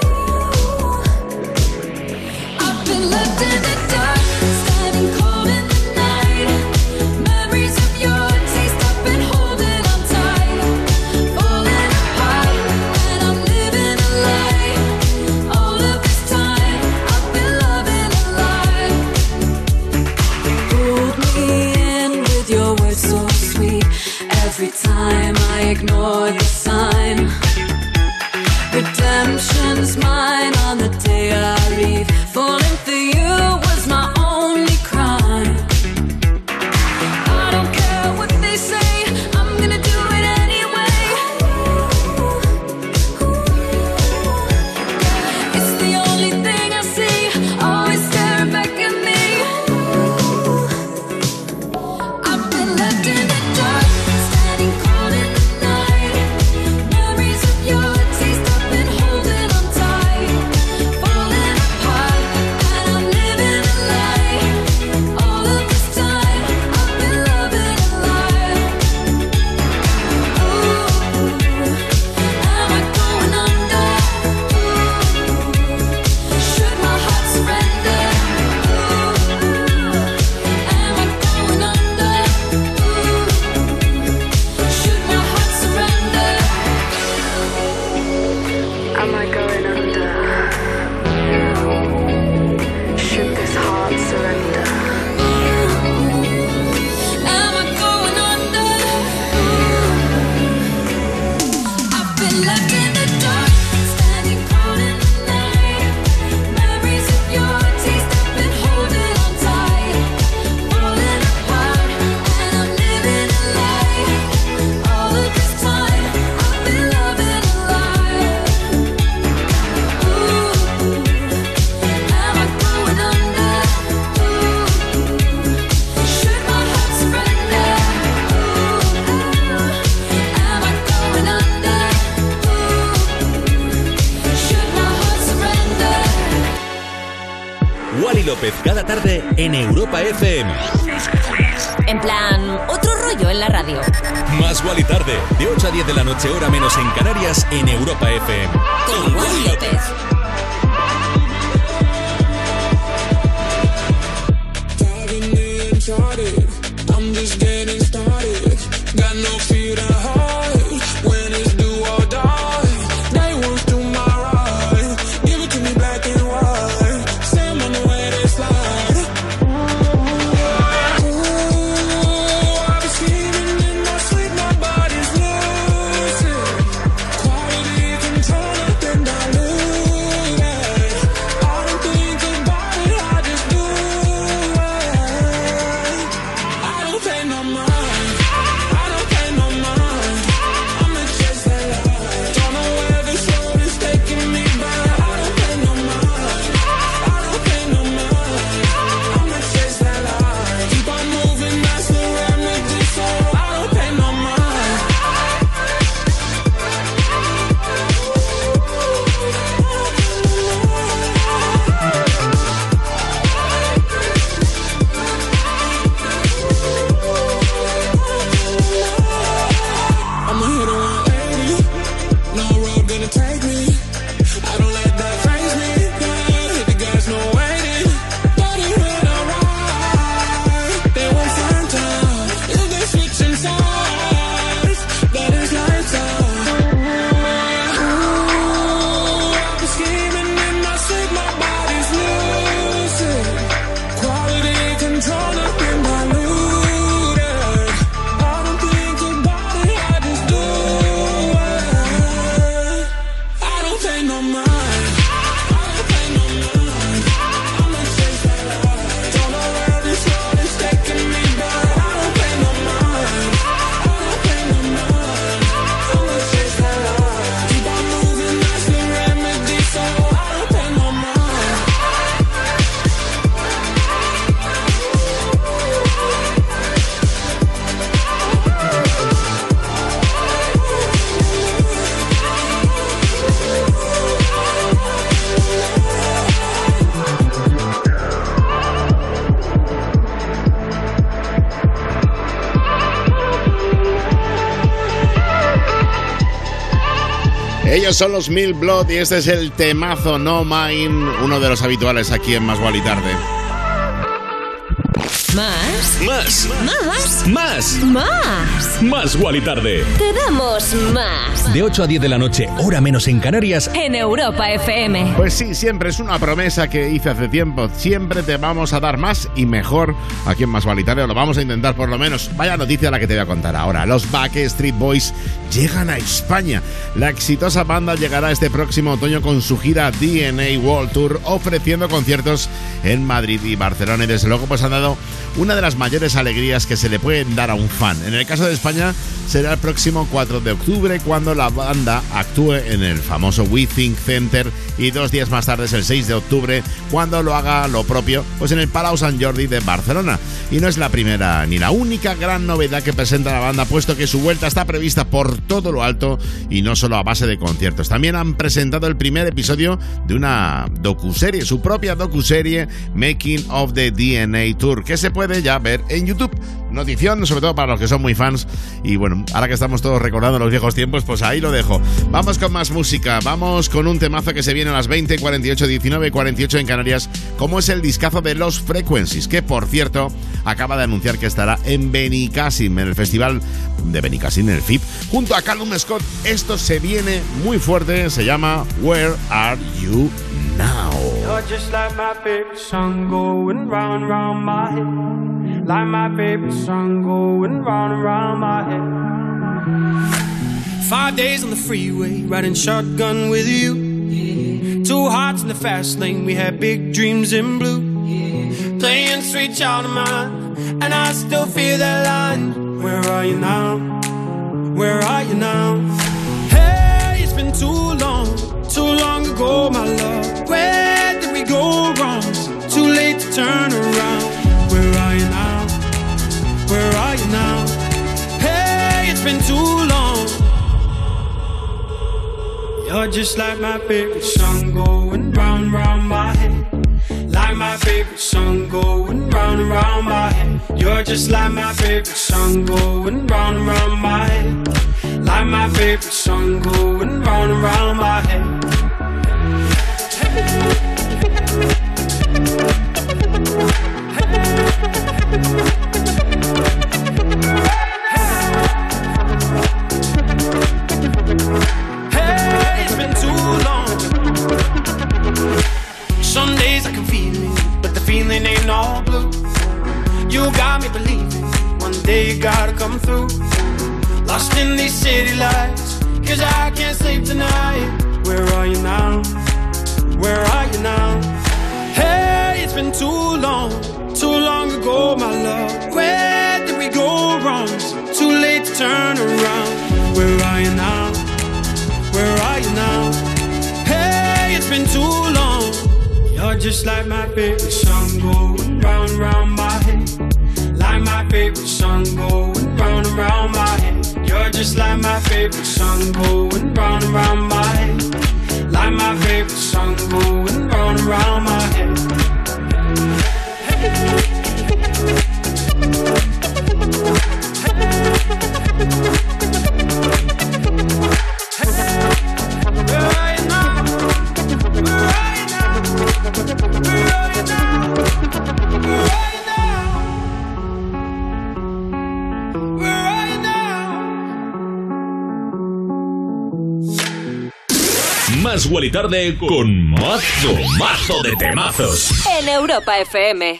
I've been left in the dark, standing cold in the night. Memories of your taste, I've been holding on tight. Falling apart, and I'm living a lie. All of this time, I've been loving a lie. Pulled me in with your words so sweet. Every time I ignore the sign. Redemption's mine on the day I leave. Falling for you was my only crime. I don't care what they say, I'm gonna do it anyway. It's the only thing I see, always staring back at me. I've been left in the dark, standing cold in the night. Memories of your taste, I've been holding on tight. López cada tarde en Europa FM. En plan, otro rollo en la radio. Más Wally tarde, de 8 a 10 de la noche, hora menos en Canarias, en Europa FM. Con Wally López. I'm just getting started. Got no fear to hide. When it's do or die, they won't do my right. Give it to me black and white. Say I'm on the way they slide. Ooh, I've been scheming in my sleep. My body's losing quality control, nothing diluted. I don't think about it, I just do it. I don't pay no mind. I don't pay no mind. I'ma chase that light. Don't know where this road is taking me, but I don't pay no mind. I don't pay no mind. I'ma chase that light. Keep on moving, that's the remedy. So I don't pay no mind. I'ma hit a 180. No road gonna take me. I don't let that faze me. Yeah, hit the gas, no waiting. Body when I ride, they won't find time. If they switching sides, that is lights out. Ooh, I've been scheming in my sleep, my body's losing quality control, nothing diluted. I don't think about it, I just do it. I don't pay no mind. I don't pay no mind. I'ma chase that light. Don't know where this road is taking me, but I don't pay no mind. I don't pay no mind. I'ma chase that light. Keep on moving, that's the remedy. So I don't pay no mind. Ellos son los Milk Blood y este es el temazo No Mine, uno de los habituales aquí en Más Wally Tarde. Más. Más. Más. Más. Más. Más Wally tarde. Te damos más. De 8 a 10 de la noche, hora menos en Canarias. En Europa FM. Pues sí, siempre es una promesa que hice hace tiempo. Siempre te vamos a dar más y mejor aquí en Más Wally Tarde. Lo vamos a intentar por lo menos. Vaya noticia la que te voy a contar ahora. Los Backstreet Boys llegan a España. La exitosa banda llegará este próximo otoño con su gira DNA World Tour, ofreciendo conciertos en Madrid y Barcelona. Y desde luego pues han dado una de las mayores alegrías que se le pueden dar a un fan. En el caso de España será el próximo 4 de octubre cuando la banda actúe en el famoso We Think Center, y 2 días más tarde es el 6 de octubre cuando lo haga lo propio pues en el Palau Sant Jordi de Barcelona. Y no es la primera ni la única gran novedad que presenta la banda, puesto que su vuelta está prevista por todo lo alto y no solo a base de conciertos. También han presentado el primer episodio de una docuserie, su propia docuserie Making of the DNA Tour, que se puede ya ver en YouTube. Notición, sobre todo para los que son muy fans. Y bueno, ahora que estamos todos recordando los viejos tiempos, pues ahí lo dejo. Vamos con más música, vamos con un temazo que se viene a las 20:48, 19:48 en Canarias, como es el discazo de Los Frequencies, que por cierto acaba de anunciar que estará en Benicàssim, en el festival de Benicàssim, en el FIP, junto a Callum Scott. Esto se viene muy fuerte, se llama Where Are You Now? You're just like my favorite song going round and round my head. Like my favorite song going round and round my head. 5 days on the freeway, riding shotgun with you. Yeah. 2 hearts in the fast lane, we had big dreams in blue. Yeah. Playing sweet child of mine, and I still feel that line. Where are you now? Where are you now? Hey, it's been too long ago, my love. Where did we go wrong? Too late to turn around. Where are you now? Where are you now? Hey, it's been too long. You're just like my favorite song going round, round my head. Like like my favorite song going round and round my head. You're just like my favorite song going round and round my head. Like my favorite song going round and round my head. Hey, it's been too long. Some days I can feel it, but the feeling ain't all blue. You got me believing one day you gotta come through. Lost in these city lights, 'cause I can't sleep tonight. Where are you now? Where are you now? Hey, it's been too long ago, my love. Where did we go wrong? It's too late to turn around. Where are you now? Where are you now? Hey, it's been too long. You're just like my favorite song going round and round my head. Like my favorite song going round and round my head. You're just like my favorite song going round and round my head. Like my favorite song going round and round my head. Más Wally Tarde con mazo de temazos. En Europa FM.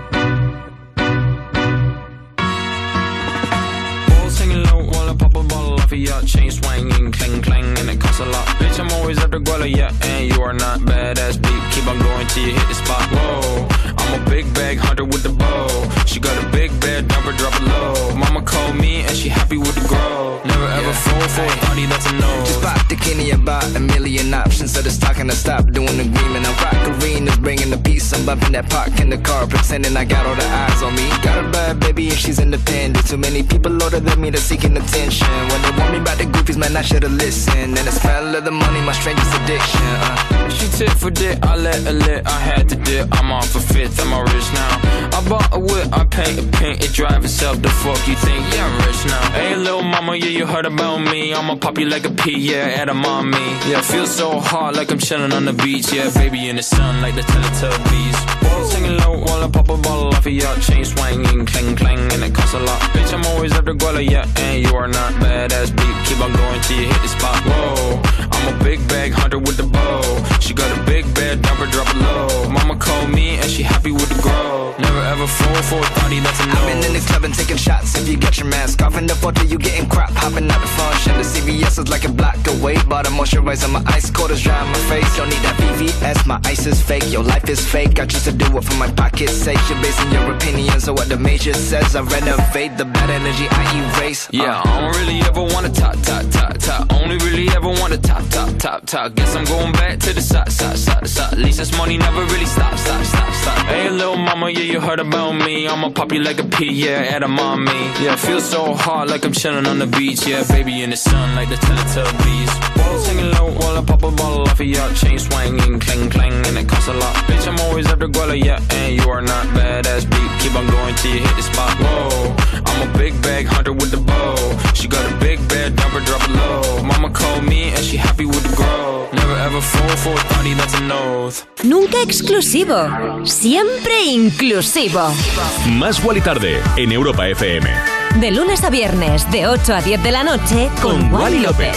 Chain swinging, clang clang, and it costs a lot. Bitch, I'm always at the guala, yeah, and you are not badass beat. Keep on going till you hit the spot. Whoa, I'm a big bag hunter with the bow. She got a big bed, number drop it low. Mama called me and she happy with the grow. Never ever fall for a party that's a no. Just pop the Kenny about a million options. So just talking to stop doing agreement. I rock arenas, bringing the peace. I'm bumping that park in the car, pretending I got all the eyes on me. Got a bad baby and she's independent. Too many people older than me that's seeking attention. When they want me about the goofies, man, I should've listened. And the smell of the money, my strangest addiction. She tit for dick, I let her lit. I had to dip, I'm on for fifth, I'm all rich now. I bought a whip, I paint a pink, it drive itself. The fuck you think? Yeah, I'm rich now. Hey, little mama, yeah, you heard about me. I'ma pop you like a pea, yeah, at a mommy. Yeah, feel so hot like I'm chilling on the beach. Yeah, baby in the sun like the Teletubbies. Singing low while I pop a bottle off of your chain swinging, clang clang, and it costs a lot. Bitch, I'm always at the guala, yeah, and you are not badass beat. Keep on going till you hit the spot. Whoa, I'm a big bag hunter with the bow. She got a big bed, number drop it low. Mama called me and she happy with the grow. Never ever fall for a party that's a no. I've been in the club and taking shots. If you get your mask off in the photo, you getting crap. Hopping out the function. The CVS is like a block away. Bought a moisturizer, my ice cold is dry on my face. Don't need that VVS, my ice is fake. Your life is fake. I choose to do it for my pocket's sake. You're basing your opinions on what the major says. I renovate the bad energy I erase. Yeah, I don't really ever wanna top. Only really ever wanna top. Guess I'm going back to the side. At least this money never really stop. Hey, little mama, yeah, you heard about me. I'ma pop you like a pea, yeah, at a mommy. Yeah, feel so hot like I'm chilling on the beach. Yeah, baby in the sun like the Teletubbies. Singing low while I pop a bottle off of your chain swinging, clang clang, and it costs a lot. Bitch, I'm always at the guala, yeah, and you are not badass beat. Keep on going till you hit the spot. Whoa, I'm a big bag hunter with the bow. She got a big bed, number drop it low. Mama called me and she happy with the grow. Never ever fall for a party that's a no. Nunca exclusivo, siempre inclusivo. Más Wally Tarde en Europa FM. De lunes a viernes, de 8 a 10 de la noche, con Wally López.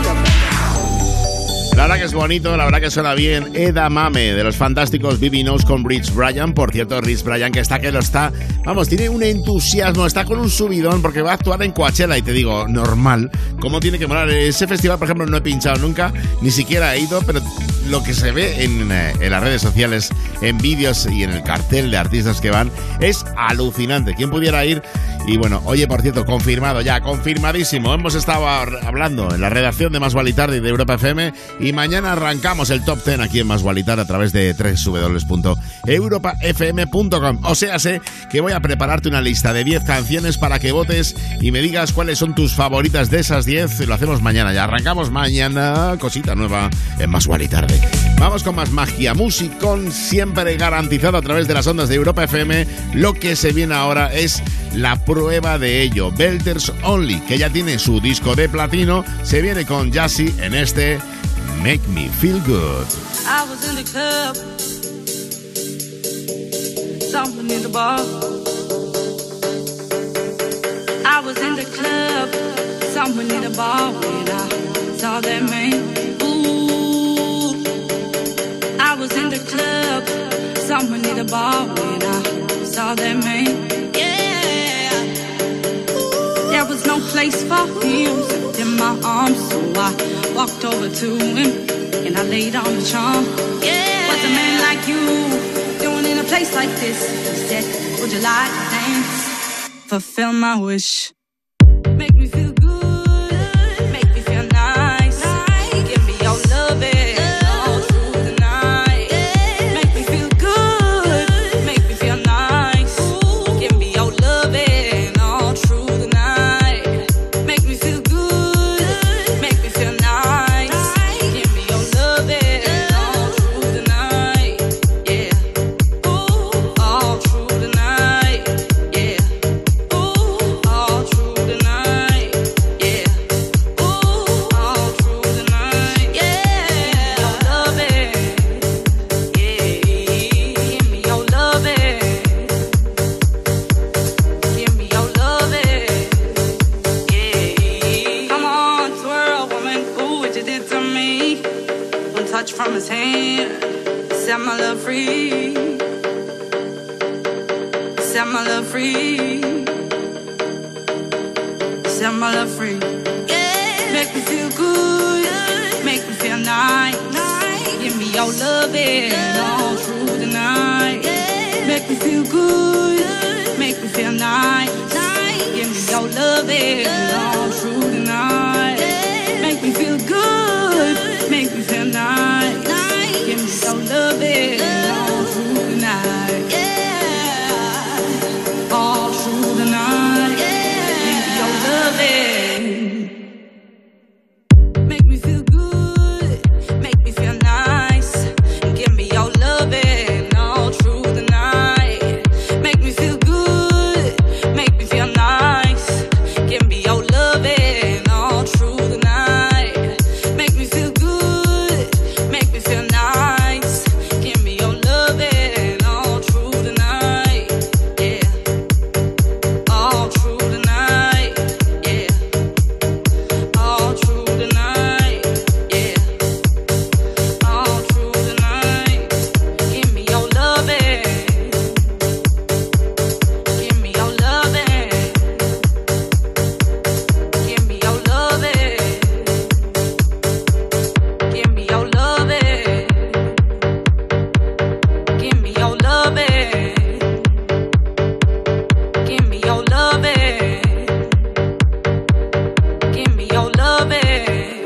La verdad que es bonito, la verdad que suena bien. Edamame, de los fantásticos BB Knows con Rich Brian. Por cierto, Rich Brian que lo está, vamos, tiene un entusiasmo, está con un subidón porque va a actuar en Coachella. Y te digo, normal, ¿cómo tiene que molar? Ese festival, por ejemplo, no he pinchado nunca, ni siquiera he ido, pero lo que se ve en las redes sociales, en vídeos y en el cartel de artistas que van, es alucinante. ¿Quién pudiera ir? Y bueno, oye, por cierto, confirmado ya, confirmadísimo. Hemos estado hablando en la redacción de Más Wally Tarde y de Europa FM y y mañana arrancamos el Top 10 aquí en Más Guali Tarde a través de www.europafm.com. O sea, sé que voy a prepararte una lista de 10 canciones para que votes y me digas cuáles son tus favoritas de esas 10. Lo hacemos mañana, ya arrancamos mañana, cosita nueva en Más Guali Tarde. Vamos con más magia, musicón siempre garantizado a través de las ondas de Europa FM. Lo que se viene ahora es la prueba de ello. Belters Only, que ya tiene su disco de platino, se viene con Jassy en este Make Me Feel Good. I was in the club, something in the bar. I was in the club, something in the bar when I saw that man. Ooh, I was in the club, something in the bar when I saw that man. Yeah, there was no place for him in my arms, so I walked over to him and I laid on the charm. Yeah, what's a man like you doing in a place like this? He said, would you like to dance? Fulfill my wish. Make me feel good, make me feel nice. Give me your loving all through the night. Make me feel good, make me feel nice. Give me your loving all through the night. Make me feel good, make me feel nice. Give me your loving all through the night. Yeah, ooh, all through the night. Yeah. All through the night, yeah. Ooh, all through the night, yeah. Your loving, yeah. Give me your loving. Give me your loving, yeah. Come on, twirl, woman, ooh, what you did to me. One touch from his hand, set my love free. Set my love free. Set my love free. Yeah. Make me feel good. Make me feel nice. Give me your loving all through the night. Make me feel good. Make me feel nice. Give me your loving all through the night. Make me feel good. Make me feel nice. Give me your loving all through the night. Yeah. All through the night. Make me feel good, make me feel nice. Give me your loving all through the night. Make me feel good, make me feel nice. Give me your loving all through the night. Make me feel good, make me feel nice. Give me your loving all through the night. Yeah, all through the night. All through the night, yeah. All through the night, give me your loving. Give me your loving. Give me your loving. Give me your loving. Give me your loving. Give me your loving. Give me your loving.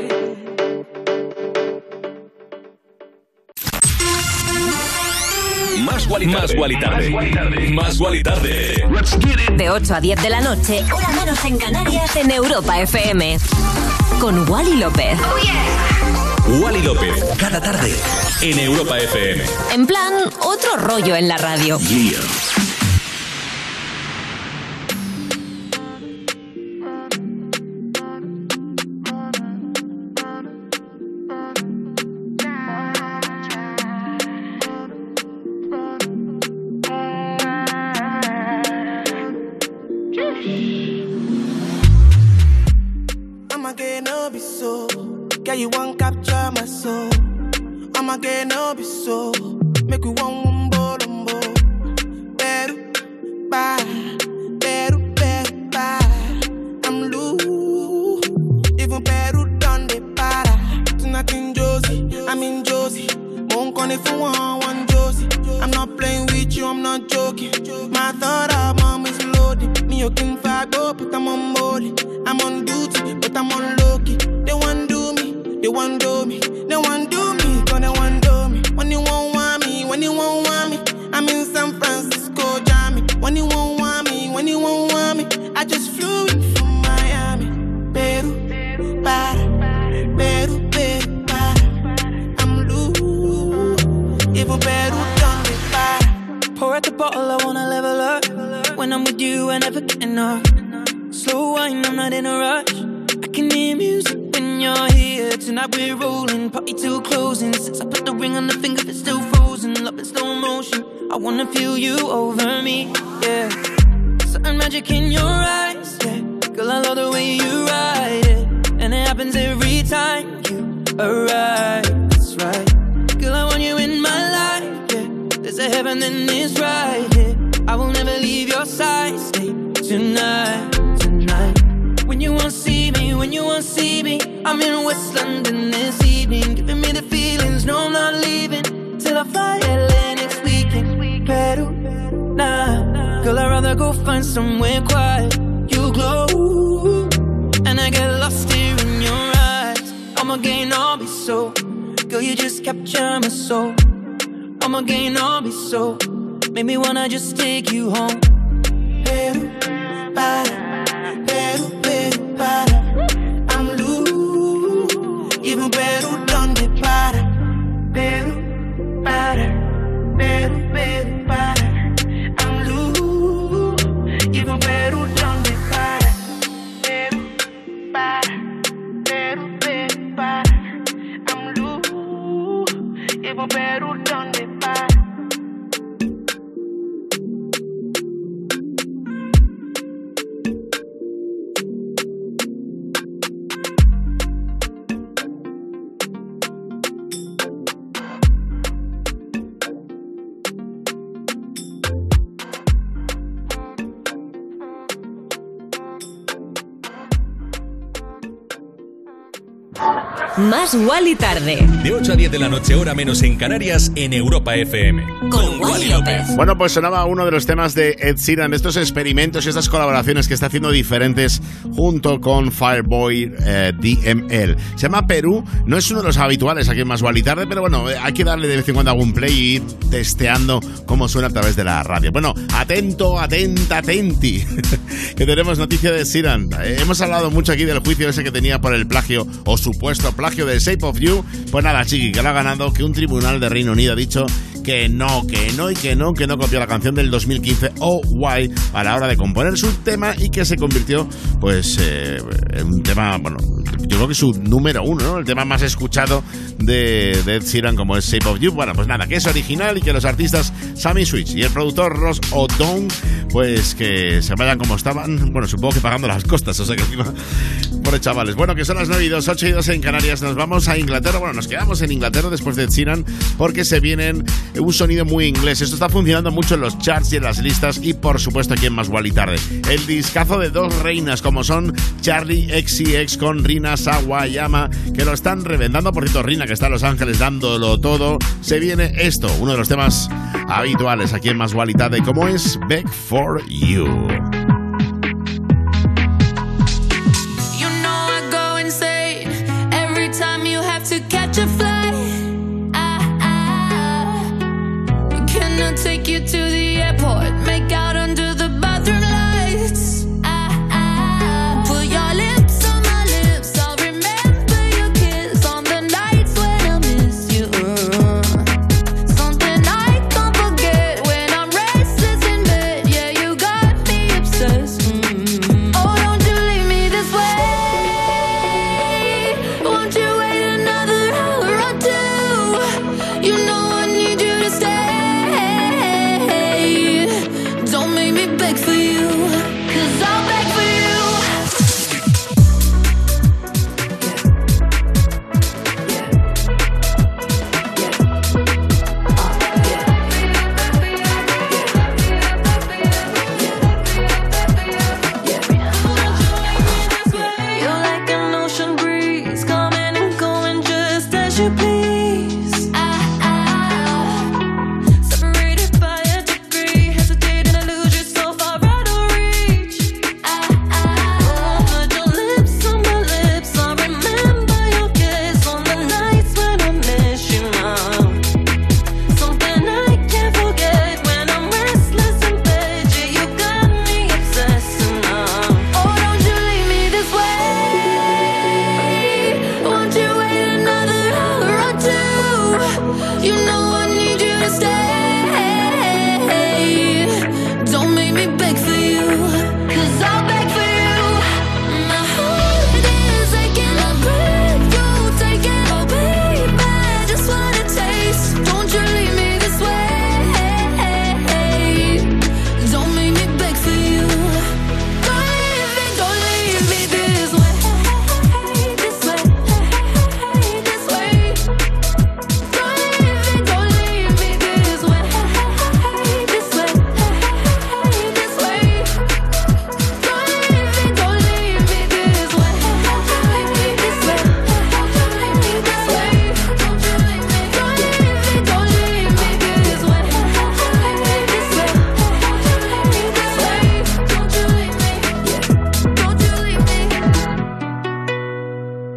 Más Guali Tarde. Más Guali Tarde. De 8 a 10 de la noche, hora menos en Canarias, en Europa FM. Con Wally López. Oh, yeah. Wally López, cada tarde, en Europa FM. En plan, otro rollo en la radio. Yeah. I'ma get no be so. Girl, you won't capture my soul. I'ma get no be so. Make we one wumbo lumbo. Beru, bye. Beru, beru, bye. I'm loose. Even Peru done the para. Tonight in Josie, I'm in Josie. Won't call if you want Josie. I'm not playing with you, I'm not joking. My thought of mom is loaded. Me, you can fight, but I'm on board. I'm on duty, but I'm on low key. They want do me, they want do me. they want do me, cause they want do me. When you won't want me, when you won't want me, I'm in San Francisco, Jammy. When you won't want me, when you won't want me, I just flew in from Miami. Peru, para, Peru, Peru, para. I'm loose, even Peru done me para. Pour out the bottle, I wanna level up. When I'm with you, I never get enough. Slow wine, I'm not in a rush. I can hear music when you're here. Tonight we're rolling, party till closing. Since I put the ring on the finger, it's still frozen. Love in slow motion, I wanna feel you over me, yeah. Certain magic in your eyes, yeah. Girl, I love the way you ride it. And it happens every time you arrive, that's right. Girl, I want you in my life, yeah. There's a heaven and it's right here. I will never leave your side, stay tonight, tonight. When you won't see me, when you won't see me, I'm in West London this evening, giving me the feelings, no I'm not leaving, till I fly LA next weekend. Peru, nah, girl I'd rather go find somewhere quiet. You glow, and I get lost here in your eyes. I'ma gain, I'll be so, girl you just capture my soul. I'ma gain, I'll be so, make me wanna just take you home. Peru, para, Peru, Peru, para. I'm loose, even Peru donde para. Peru, para, Peru, Peru, para. I'm loose, even Peru donde para. Peru, para, Peru, Peru, para. I'm loose, even Peru donde para. Más Wally tarde. De 8 a 10 de la noche, hora menos en Canarias, en Europa FM. Con Wally López. Bueno, pues sonaba uno de los temas de Ed Sheeran, de estos experimentos y estas colaboraciones que está haciendo diferentes junto con Fireboy DML. Se llama Perú, no es uno de los habituales aquí en Más Wally tarde, pero bueno, hay que darle de vez en cuando algún play y ir testeando cómo suena a través de la radio. Bueno, atento, atenta, atenti, que tenemos noticia de Ed Sheeran. Hemos hablado mucho aquí del juicio ese que tenía por el plagio o supuesto plagio de Shape of You. Pues nada, chiqui, que lo ha ganado, que un tribunal de Reino Unido ha dicho que no copió la canción del 2015 Oh Why a la hora de componer su tema y que se convirtió pues en un tema, bueno, yo creo que su número uno, ¿no? El tema más escuchado de Ed Sheeran, como es Shape of You. Bueno, pues nada, que es original y que los artistas Sammy Switch y el productor Ross O'Donnell pues que se vayan como estaban, bueno, supongo que pagando las costas, o sea que encima, pobre chavales. Bueno, que son las 9:02, 8:02 en Canarias, nos vamos a Inglaterra, bueno, nos quedamos en Inglaterra después de Ed Sheeran porque se vienen un sonido muy inglés. Esto está funcionando mucho en los charts y en las listas y por supuesto aquí en Más Wally tarde. El discazo de dos reinas como son Charli XCX con Rina Sawayama, que lo están reventando. Por cierto, Rina, que está en Los Ángeles dándolo todo. Se viene esto, uno de los temas habituales aquí en Más Wally tarde, como es Beg for You. Take you to the airport, make out under the bathroom lights. Put your lips on my lips, I'll remember your kiss on the nights when I miss you. Something I can't forget when I'm restless in bed. Yeah, you got me obsessed.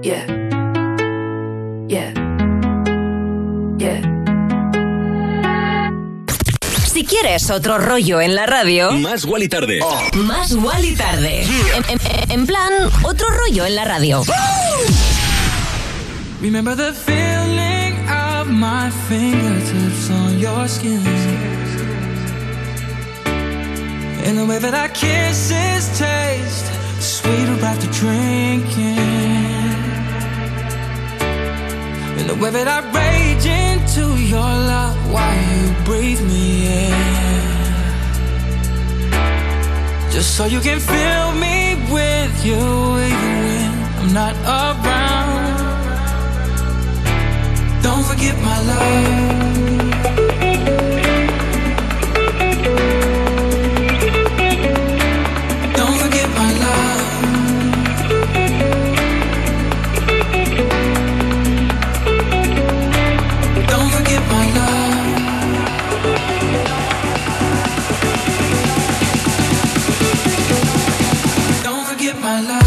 Yeah. Yeah. Yeah. Si quieres otro rollo en la radio, Más Wally Tarde. Más Wally Tarde. En plan, otro rollo en la radio. Remember the feeling of my fingertips on your skin, and the way that our kisses taste sweeter after drinking, and the way that I rage into your love while you breathe me in, just so you can fill me with you even when I'm not around. Don't forget my love. Don't forget my love. Don't forget my love. Don't forget my love.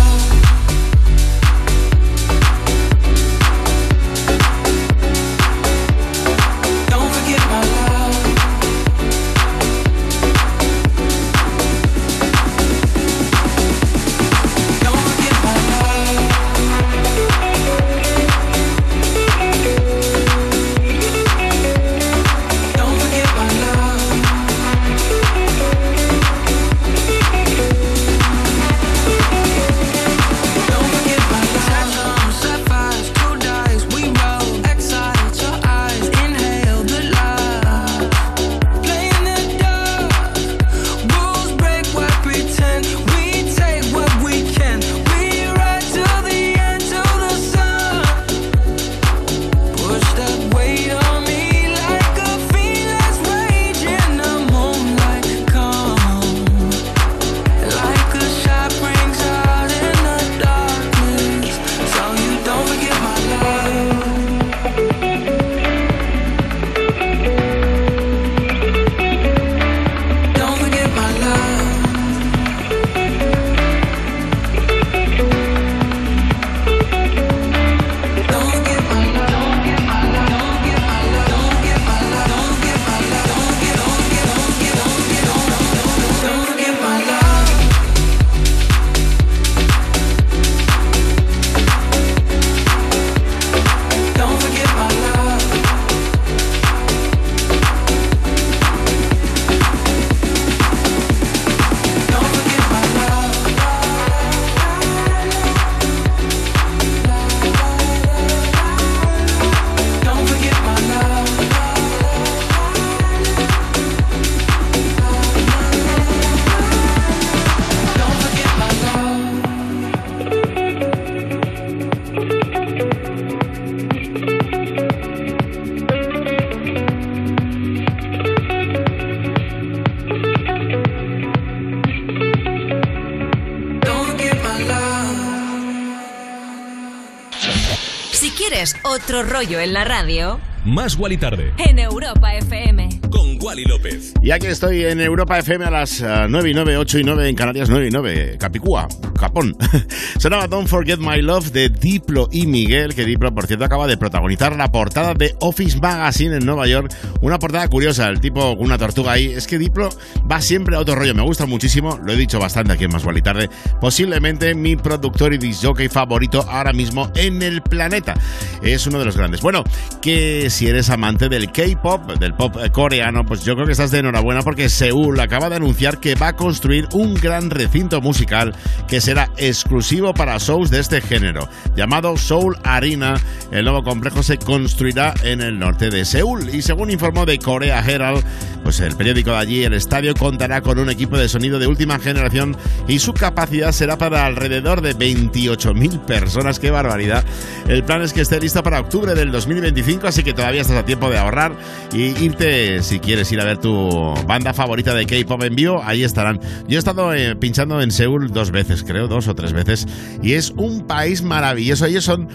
Otro rollo en la radio. Más Wally Tarde. En Europa FM. Con Wally López. Y aquí estoy en Europa FM a las 9 y 9, 8 y 9 en Canarias, 9 y 9. Capicúa, Japón. Sonaba Don't Forget My Love de Diplo y Miguel, que Diplo, por cierto, acaba de protagonizar la portada de Office Magazine en Nueva York. Una portada curiosa, el tipo con una tortuga ahí. Es que Diplo va siempre a otro rollo, me gusta muchísimo, lo he dicho bastante aquí en Más Wally Tarde. Posiblemente mi productor y disc jockey favorito ahora mismo en el planeta. Es uno de los grandes. Bueno, que si eres amante del K-pop, del pop coreano, pues yo creo que estás de enhorabuena porque Seúl acaba de anunciar que va a construir un gran recinto musical que será exclusivo para shows de este género. Llamado Seoul Arena, el nuevo complejo se construirá en el norte de Seúl y según informó The Korea Herald, pues el periódico de allí, el estadio contará con un equipo de sonido de última generación y su capacidad será para alrededor de 28.000 personas. ¡Qué barbaridad! El plan es que esté listo para octubre del 2025, así que todavía estás a tiempo de ahorrar y irte, si quieres ir a ver tu banda favorita de K-pop en vivo, ahí estarán. Yo he estado pinchando en Seúl 2 veces, creo, 2 o 3 veces, y es un país maravilloso. Ellos son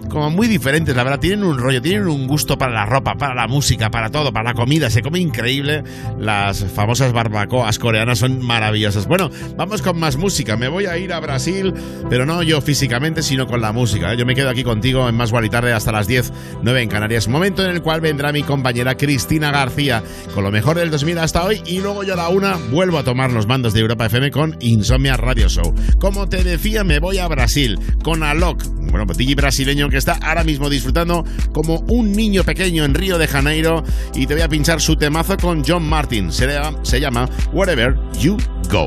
como muy diferentes, la verdad. Tienen un rollo, tienen un gusto para la ropa, para la música, para todo, para la comida. Se come increíble. Las famosas barbacoas coreanas son maravillosas. Bueno, vamos con más música. Me voy a ir a Brasil, pero no yo físicamente, sino con la música. Yo me quedo aquí contigo en Más Guali Tarde hasta las 10:09 en Canarias. Momento en el cual vendrá mi compañera Cristina García con lo mejor del 2000 hasta hoy, y luego yo a la 1 vuelvo a tomar los mandos de Europa FM con Insomnia Radio Show. Como te decía, me voy a Brasil con Alok, bueno, DJ brasileño que está ahora mismo disfrutando como un niño pequeño en Río de Janeiro, y te voy a pinchar su temazo con John Martin. Se llama Wherever You Go.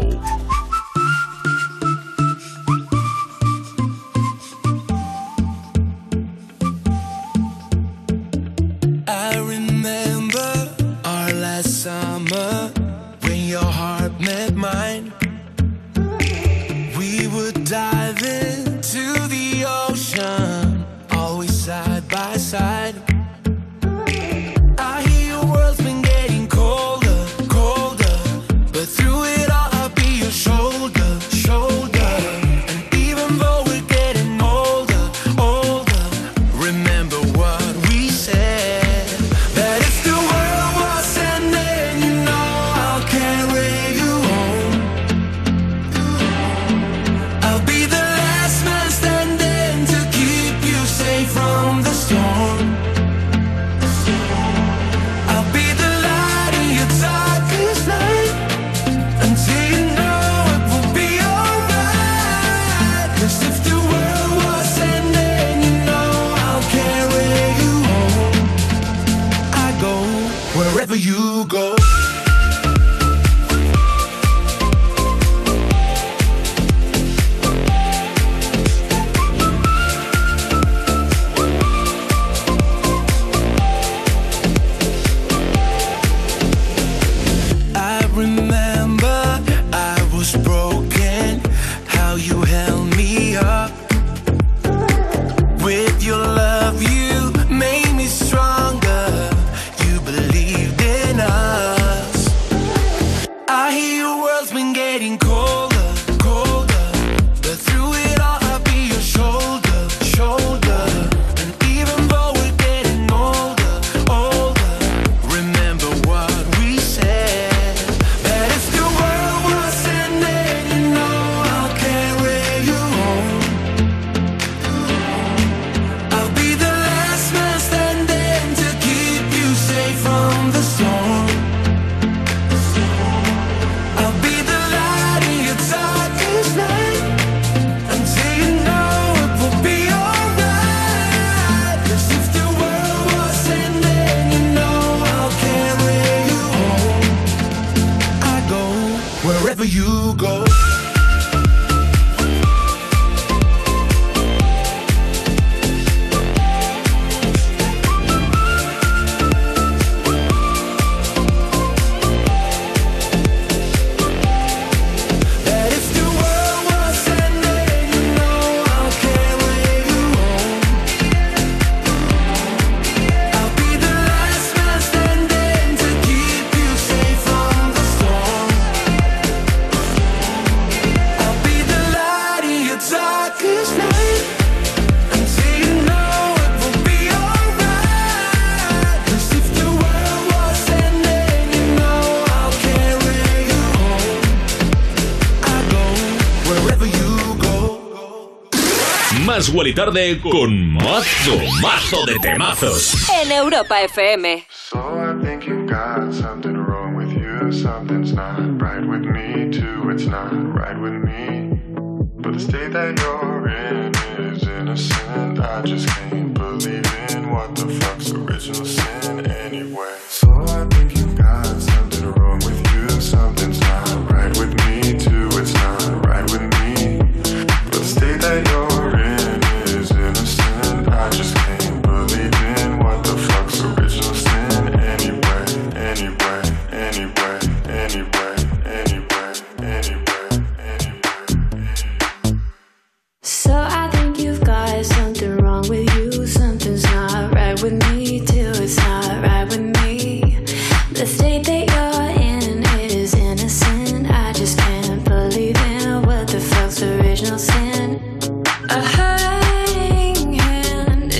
I remember our last summer when your heart met mine. We would dive into the ocean, always side by side. I hear your world's been getting colder, colder, but through it all I'll be your shoulder, shoulder. And even though we're getting older, older, remember what we said, that if the world was ending, you know I'll carry you home. I'll be the last man standing to keep you safe from the storm. I'll be the light in your darkest night, until you know it will be alright. 'Cause if the world was ending, you know I'll carry you home. I go wherever you go. I remember I was broken, how you held me up. With your love you made me stronger, you believed in us. I hear your world's been getting colder, colder, but through it all I'll be your shoulder, shoulder. And even though we're getting older, older, remember what we said, that if the world was ending, you know I'll carry you home. I'll be the last man standing to keep you safe from the storm. I'll be the light in your darkest night, until you know it will be alright. 'Cause if the world was ending, you know I'll carry you home. I go wherever you go. That if the world was ending, you know I'll carry you home. I'll be the last man standing to keep you safe from the storm. I'll be the light in your darkest night, until you know it will be alright. 'Cause if the world was ending, you know I'll carry you home. I go wherever you go. Más Guali Tarde con mazo de temazos. En Europa FM. So I think you've got something wrong with you. Something's not right with me too. It's not right with me. But the state that you're in is innocent. I just can't believe in what the fuck's original sin anyway. So I think you've got something wrong with you. Something's not right with me too. It's not right with me. But the state that you're in is innocent. I just can't believe in what the fuck's original sin anyway. Anyway, anyway, anyway, anyway, anyway, anyway. So I think you've got something wrong with you. Something's not right with me too. It's not right with me. The state that you're in is innocent. I just can't believe in what the fuck's original sin. A hiding hand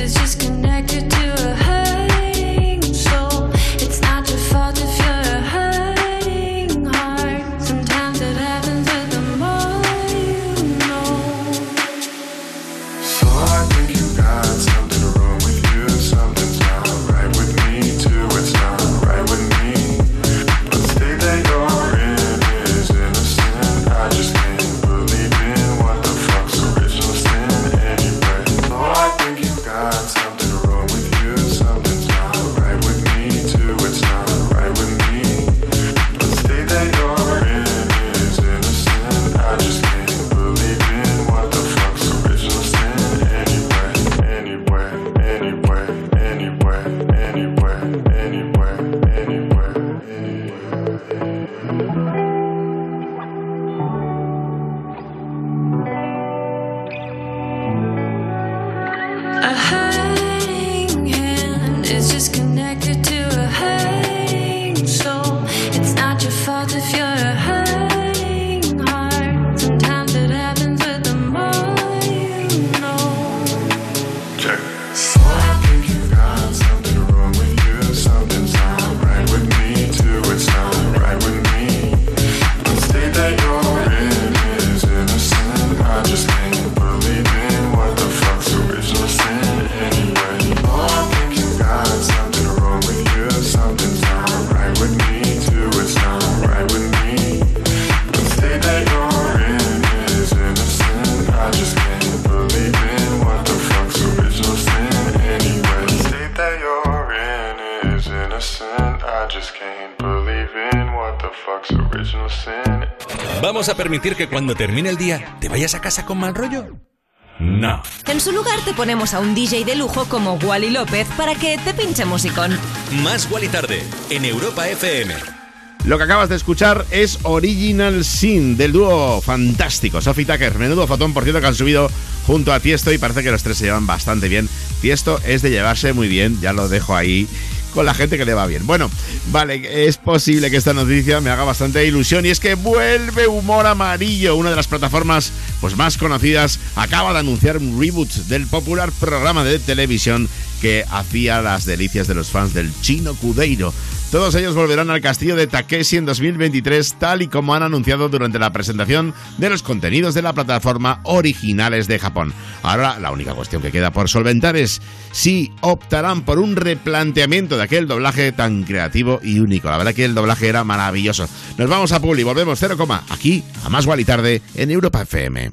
It's just connected to a hurting soul. It's not your fault if you're a hurting heart. Sometimes it happens with the more you know. Check. So I think you got something wrong with you. Something's not right with me too. It's not right with me. The state that you're in is innocent. I just can't believe in what the fuck's original sin anyway. Oh, I think you got something wrong with you. Something's not right with me too. It's not right with me. The state that you're in is innocent. I just can't believe in what the fuck's original sin anyway. The state that you're in is innocent. I just can't believe in what the fuck's original sin. ¿Vamos a permitir que cuando termine el día te vayas a casa con mal rollo? No. En su lugar te ponemos a un DJ de lujo como Wally López para que te pinche musicón. Más Wally tarde en Europa FM. Lo que acabas de escuchar es Original Sin del dúo fantástico Sophie Tucker. Menudo fotón, por cierto, que han subido junto a Tiesto y parece que los tres se llevan bastante bien. Tiesto es de llevarse muy bien, ya lo dejo ahí con la gente que le va bien. Bueno, vale, es posible que esta noticia me haga bastante ilusión y es que vuelve Humor Amarillo, una de las plataformas pues más conocidas, acaba de anunciar un reboot del popular programa de televisión que hacía las delicias de los fans del Chino Cudeiro. Todos ellos volverán al castillo de Takeshi en 2023, tal y como han anunciado durante la presentación de los contenidos de la plataforma originales de Japón. Ahora, la única cuestión que queda por solventar es si optarán por un replanteamiento de aquel doblaje tan creativo y único. La verdad que el doblaje era maravilloso. Nos vamos a Publi, volvemos 0, aquí a Más Wally Tarde en Europa FM.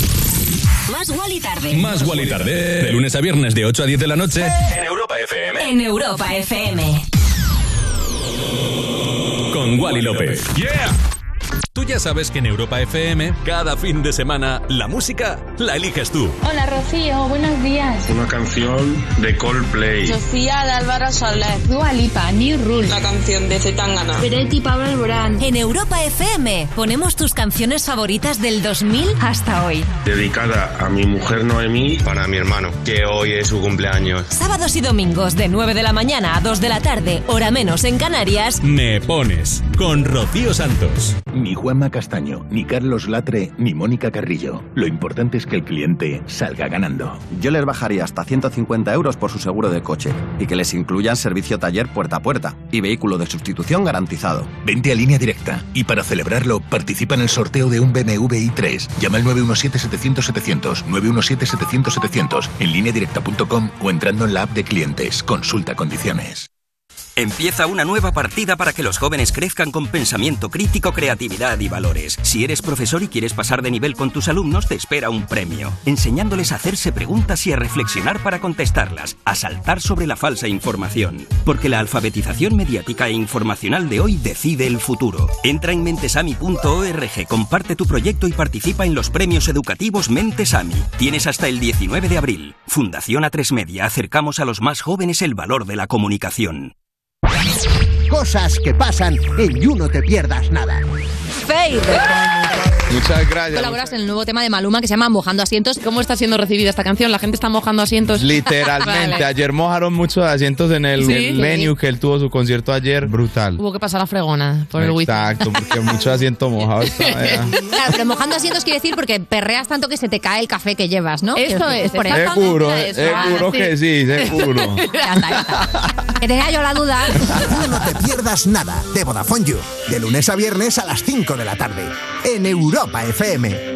Más Wally Tarde. Más Wally Tarde. De lunes a viernes de 8 a 10 de la noche en Europa FM. En Europa FM. Con Wally López. ¡Yeah! Tú ya sabes que en Europa FM, cada fin de semana, la música la eliges tú. Hola Rocío, buenos días. Una canción de Coldplay. Sofía de Álvaro Soler. Dua Lipa, New Rule. La canción de Zetangana. Peretti, Pablo Alborán. En Europa FM ponemos tus canciones favoritas del 2000 hasta hoy. Dedicada a mi mujer Noemí, para mi hermano, que hoy es su cumpleaños. Sábados y domingos de 9 de la mañana a 2 de la tarde, hora menos en Canarias. Me pones con Rocío Santos. Ni Juanma Castaño, ni Carlos Latre, ni Mónica Carrillo. Lo importante es que el cliente salga ganando. Yo les bajaría hasta 150 euros por su seguro de coche y que les incluyan servicio taller puerta a puerta y vehículo de sustitución garantizado. Vente a Línea Directa y para celebrarlo participa en el sorteo de un BMW i3. Llama al 917-700-700, 917-700-700 en lineadirecta.com o entrando en la app de clientes. Consulta condiciones. Empieza una nueva partida para que los jóvenes crezcan con pensamiento crítico, creatividad y valores. Si eres profesor y quieres pasar de nivel con tus alumnos, te espera un premio, enseñándoles a hacerse preguntas y a reflexionar para contestarlas, a saltar sobre la falsa información. Porque la alfabetización mediática e informacional de hoy decide el futuro. Entra en mentesami.org, comparte tu proyecto y participa en los premios educativos Mentesami. Tienes hasta el 19 de abril. Fundación A3 Media, acercamos a los más jóvenes el valor de la comunicación. Cosas que pasan en You No Te Pierdas Nada. Fade. Muchas gracias. Colaboras en el nuevo tema de Maluma que se llama Mojando Asientos. ¿Cómo está siendo recibida esta canción? ¿La gente está mojando asientos? Literalmente. Vale. Ayer mojaron muchos asientos en el venue que él tuvo su concierto ayer. Brutal. Hubo que pasar la fregona por el wifi. Exacto, porque muchos asientos mojados. Claro, pero mojando asientos quiere decir porque perreas tanto que se te cae el café que llevas, ¿no? Eso es. Por eso. Seguro que sí, seguro. Ya está. Que tenía yo la duda. You No Te Pierdas Nada de Vodafone You. De lunes a viernes a las 5 de la tarde. En Europa FM.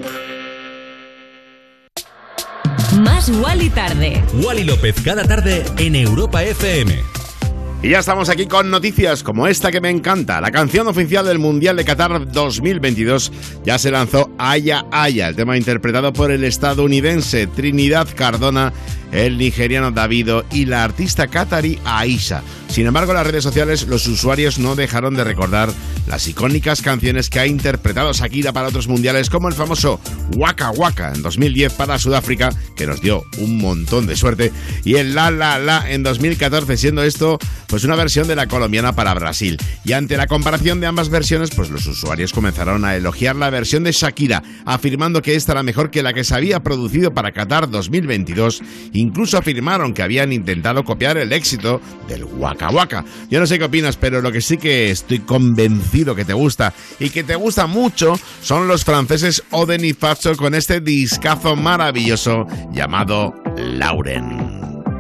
Más Wally Tarde. Wally López cada tarde en Europa FM. Y ya estamos aquí con noticias como esta que me encanta. La canción oficial del Mundial de Qatar 2022 ya se lanzó, Aya Aya, el tema interpretado por el estadounidense Trinidad Cardona, el nigeriano Davido y la artista qatarí Aisha. Sin embargo, en las redes sociales los usuarios no dejaron de recordar las icónicas canciones que ha interpretado Shakira para otros mundiales, como el famoso Waka Waka en 2010 para Sudáfrica, que nos dio un montón de suerte, y el La La La en 2014, siendo esto pues una versión de la colombiana para Brasil. Y ante la comparación de ambas versiones, pues los usuarios comenzaron a elogiar la versión de Shakira, afirmando que esta era mejor que la que se había producido para Qatar 2022 Incluso afirmaron que habían intentado copiar el éxito del Waka Waka. Yo no sé qué opinas, pero lo que sí que estoy convencido que te gusta y que te gusta mucho son los franceses Oden y Fatso con este discazo maravilloso llamado Lauren.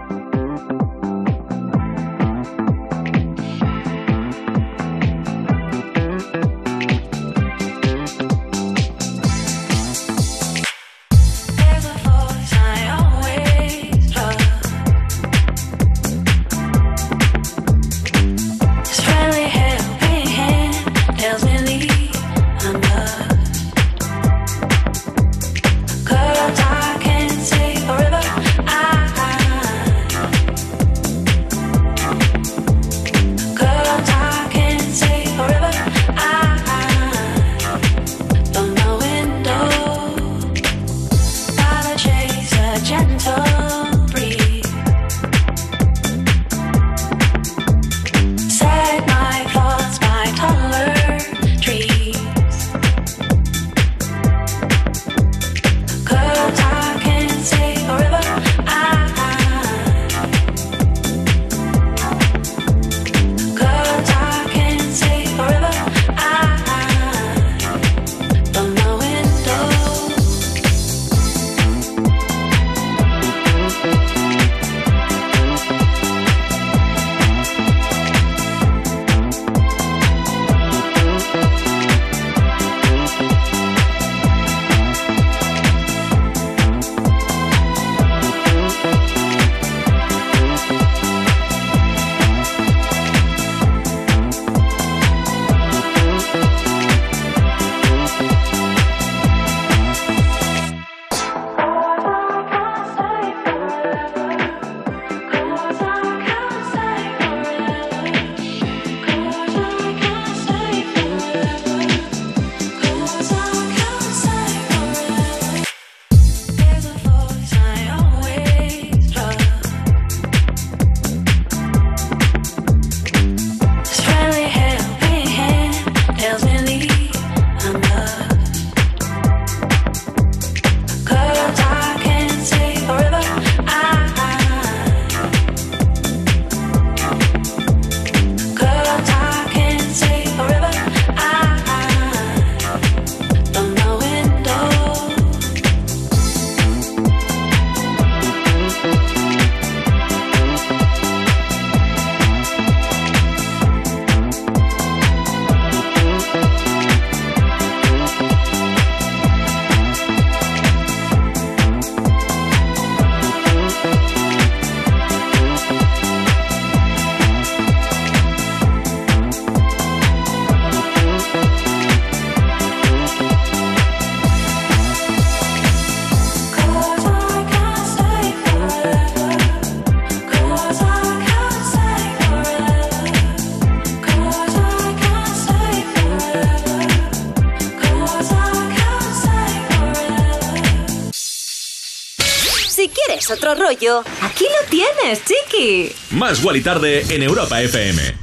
Otro rollo. Aquí lo tienes, chiqui. Más Wally Tarde en Europa FM.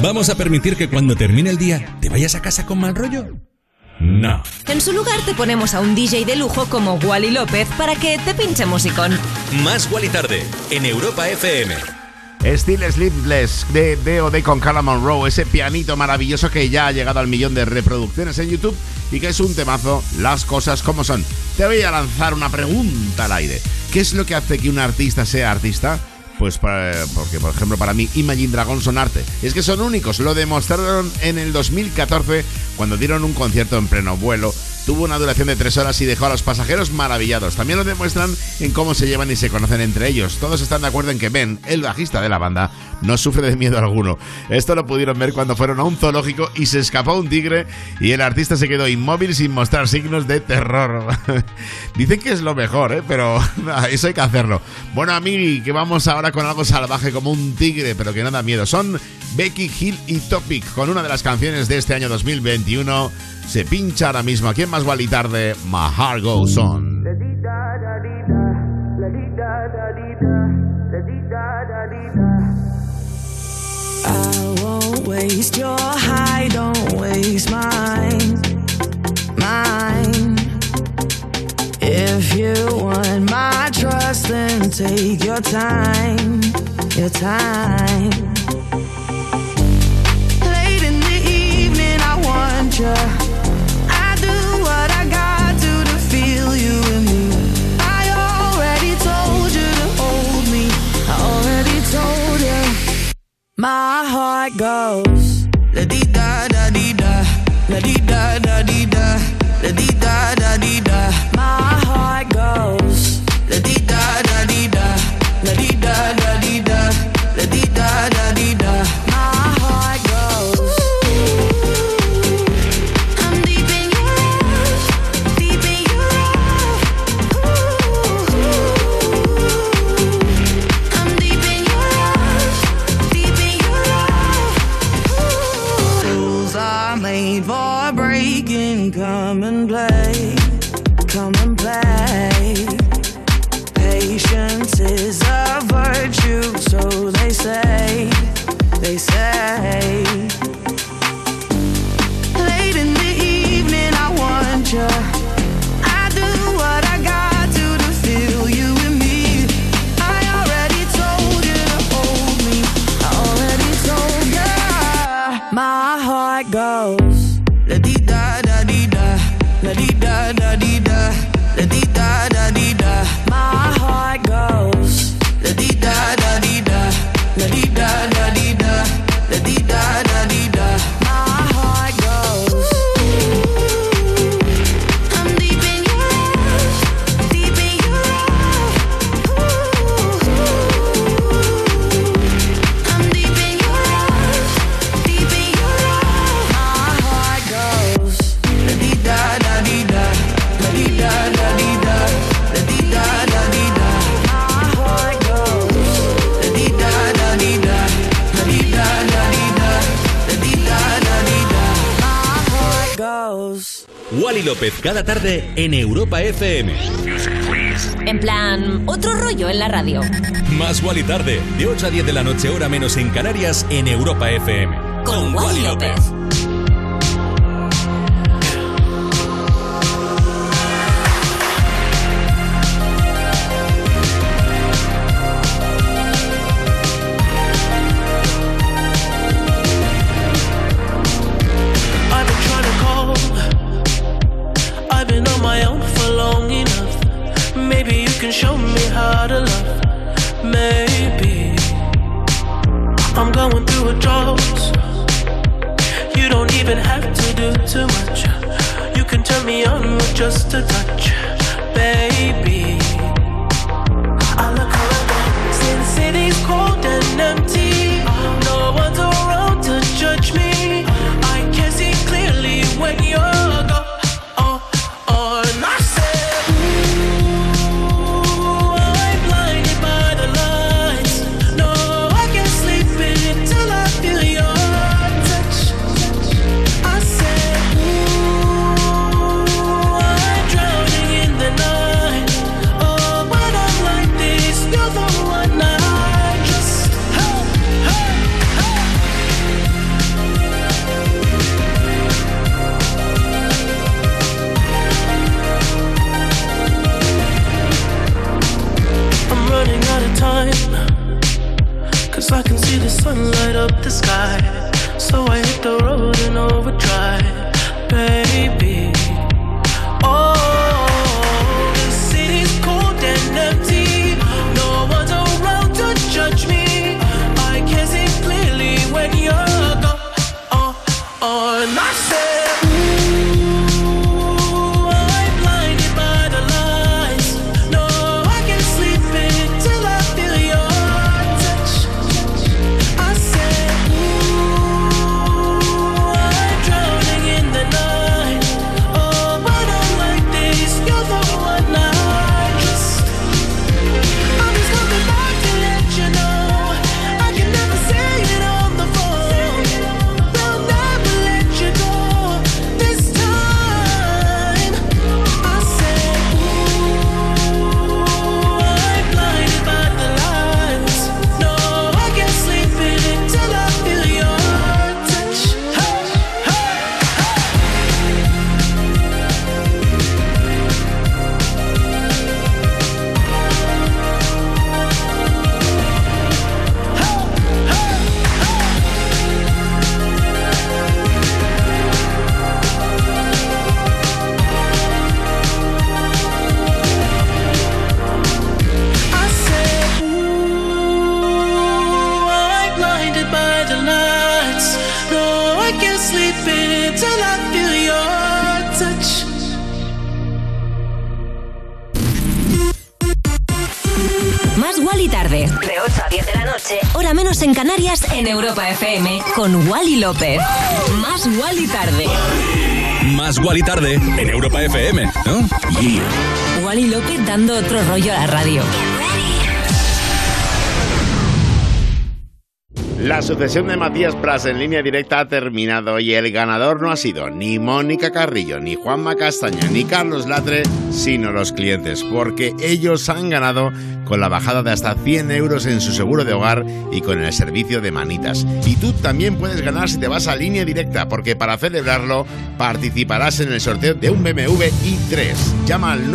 ¿Vamos a permitir que cuando termine el día te vayas a casa con mal rollo? No. En su lugar te ponemos a un DJ de lujo como Wally López para que te pinche musicón. Más Wally tarde, en Europa FM. Still Sleepless de D.O.D. con Carla Monroe, ese pianito maravilloso que ya ha llegado al 1.000.000 de reproducciones en YouTube y que es un temazo, las cosas como son. Te voy a lanzar una pregunta al aire. ¿Qué es lo que hace que un artista sea artista? Pues porque, por ejemplo, para mí Imagine Dragons son arte. Es que son únicos, lo demostraron en el 2014 cuando dieron un concierto en pleno vuelo. Tuvo una duración de 3 horas y dejó a los pasajeros maravillados. También lo demuestran en cómo se llevan y se conocen entre ellos. Todos están de acuerdo en que Ben, el bajista de la banda, no sufre de miedo alguno. Esto lo pudieron ver cuando fueron a un zoológico y se escapó un tigre y el artista se quedó inmóvil sin mostrar signos de terror. Dicen que es lo mejor, pero eso hay que hacerlo. Bueno, a mí que vamos ahora con algo salvaje como un tigre, pero que no da miedo. Son Becky Hill y Topic con una de las canciones de este año 2021. Se pincha ahora mismo aquí en Más Wally Tarde, My Heart Goes On. I won't waste your high, don't waste mine. If you want my trust, then take your time, your time. Late in the evening, I want you. I do what I got to feel you in me. I already told you to hold me. I already told you. My heart goes la di da da di da, la di da da di da, la di da da di da. My heart goes la di da da di da, la di da da di da, la di da da di da. My heart goes. I'm deep in your love, deep in your love. I'm deep in your love, deep in your love. Rules are made for breaking. Come and play, come and play. Patience is a virtue, so they say, they say. Late in the evening, I want you. I do what I got to feel you in me. I already told you to hold me. I already told you. My heart goes la di da da di da, la di da da di da, la di da da di da. My heart goes la di da da di da, la di da da di da, la di da da di da. My heart goes. I'm deep in your love, deep in your love. I'm deep in your love, deep in your love. My heart goes la di da da di da, la di da da di da, la di da da di da. My heart goes la di da da di da, la di da da di da, la di da da di da. My heart goes. Wally López cada tarde en Europa FM. En plan, otro rollo en la radio. Más Wally tarde, de 8 a 10 de la noche, hora menos en Canarias, en Europa FM. Con Wally López. I've been trying to call. I've been on my own for long enough. Maybe you can show me how to love. Maybe I'm going through a drought. You don't even have to do too much. You can turn me on with just a touch, baby. I look around, since city's cold and empty. No one's around to judge me. I can see clearly when you're gone. And I said, ooh, I'm blinded by the lights. No, I can't sleep until I feel your touch. I said, ooh, I'm drowning in the night. sun light up the sky. So I hit the road in overdrive, baby. Oh, the city's cold and empty. No one's around to judge me. I can see clearly when you're gone. And I said, ooh, I'm blinded by the lights. No, I can't sleep until I feel your touch. I said, ooh, I'm drowning in the night. Oh, when I'm like this, you're the one I trust. I'm just coming back to let you know I can never say it on the phone. They'll never let you go this time. I said, ooh, I'm blinded by the lights. No, I can't sleep until I feel your touch. Hey, hey, I said, ooh, I'm blinded by the lights. No, I can't sleep until I feel your touch. Más Wally tarde. De 8 a 10 de la noche, hora menos en Canarias, en Europa FM. Con Wally López. Más Wally tarde. Más Wally tarde en Europa FM, ¿no? Yeah. Wally López dando otro rollo a la radio. La sucesión de Matías Prats en línea directa ha terminado y el ganador no ha sido ni Mónica Carrillo, ni Juanma Castaña, ni Carlos Latre, sino los clientes, porque ellos han ganado con la bajada de hasta 100 euros en su seguro de hogar y con el servicio de manitas. Y tú también puedes ganar si te vas a línea directa, porque para celebrarlo participarás en el sorteo de un BMW i3. Llama al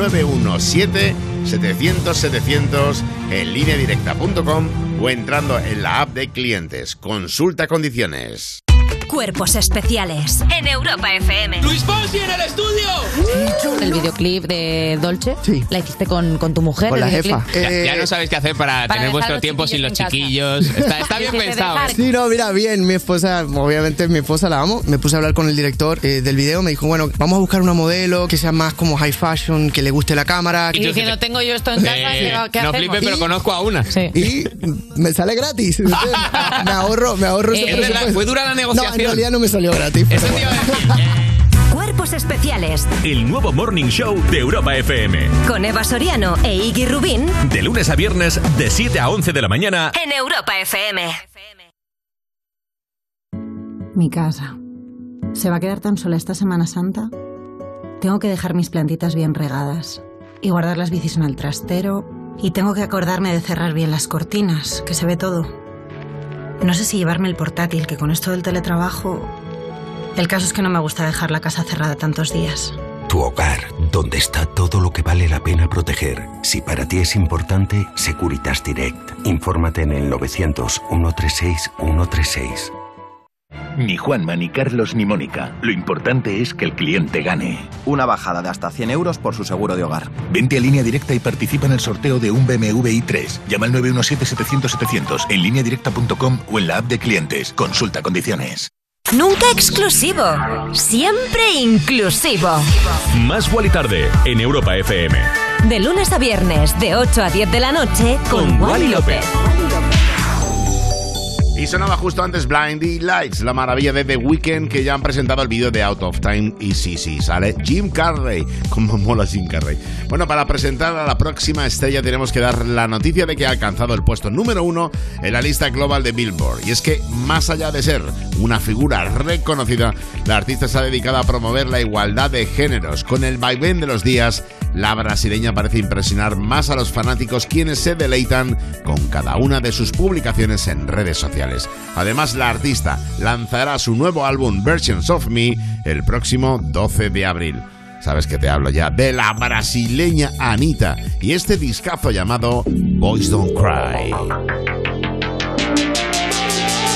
917-700-700 en lineadirecta.com o entrando en la app de clientes. Consulta condiciones. Cuerpos especiales en Europa FM. ¡Luis Fonsi en el estudio! El videoclip de Dolce, la hiciste con tu mujer. Con la el jefa. Ya no sabéis qué hacer para tener dejar vuestro los tiempo sin los chiquillos chiquillos. Está bien pensado. Sí, no, mira, bien, mi esposa, obviamente mi esposa la amo. Me puse a hablar con el director del video, me dijo, bueno, vamos a buscar una modelo que sea más como high fashion, que le guste la cámara. Y diciendo, tengo yo esto en casa, ¿qué no hacemos? flipes, pero conozco a una. Y me sale gratis. me ahorro ese presupuesto. ¿Fue dura la negociación? No, en realidad no me salió gratis. Eso te iba a decir. Cuerpos especiales. El nuevo Morning Show de Europa FM. Con Eva Soriano e Iggy Rubín. De lunes a viernes, de 7 a 11 de la mañana. En Europa FM. Mi casa. ¿Se va a quedar tan sola esta Semana Santa? Tengo que dejar mis plantitas bien regadas y guardar las bicis en el trastero, y tengo que acordarme de cerrar bien las cortinas, que se ve todo. No sé si llevarme el portátil, que con esto del teletrabajo... El caso es que no me gusta dejar la casa cerrada tantos días. Tu hogar, donde está todo lo que vale la pena proteger. Si para ti es importante, Securitas Direct. Infórmate en el 900 136 136. Ni Juanma, ni Carlos, ni Mónica. Lo importante es que el cliente gane. Una bajada de hasta 100 euros por su seguro de hogar. Vente a línea directa y participa en el sorteo de un BMW i3. Llama al 917-700-700 en lineadirecta.com o en la app de clientes. Consulta condiciones. Nunca exclusivo, siempre inclusivo. Más Wally tarde en Europa FM. De lunes a viernes, de 8 a 10 de la noche, con Wally López. Y sonaba justo antes Blinding Lights, la maravilla de The Weeknd, que ya han presentado el vídeo de Out of Time. Y sí, sale Jim Carrey. Cómo mola Jim Carrey. Bueno, para presentar a la próxima estrella tenemos que dar la noticia de que ha alcanzado el puesto número 1 en la lista global de Billboard. Y es que, más allá de ser una figura reconocida, la artista se ha dedicado a promover la igualdad de géneros. Con el vaivén de los días, la brasileña parece impresionar más a los fanáticos, quienes se deleitan con cada una de sus publicaciones en redes sociales. Además, la artista lanzará su nuevo álbum Versions of Me el próximo 12 de abril. Sabes que te hablo ya de la brasileña Anitta y este discazo llamado Boys Don't Cry.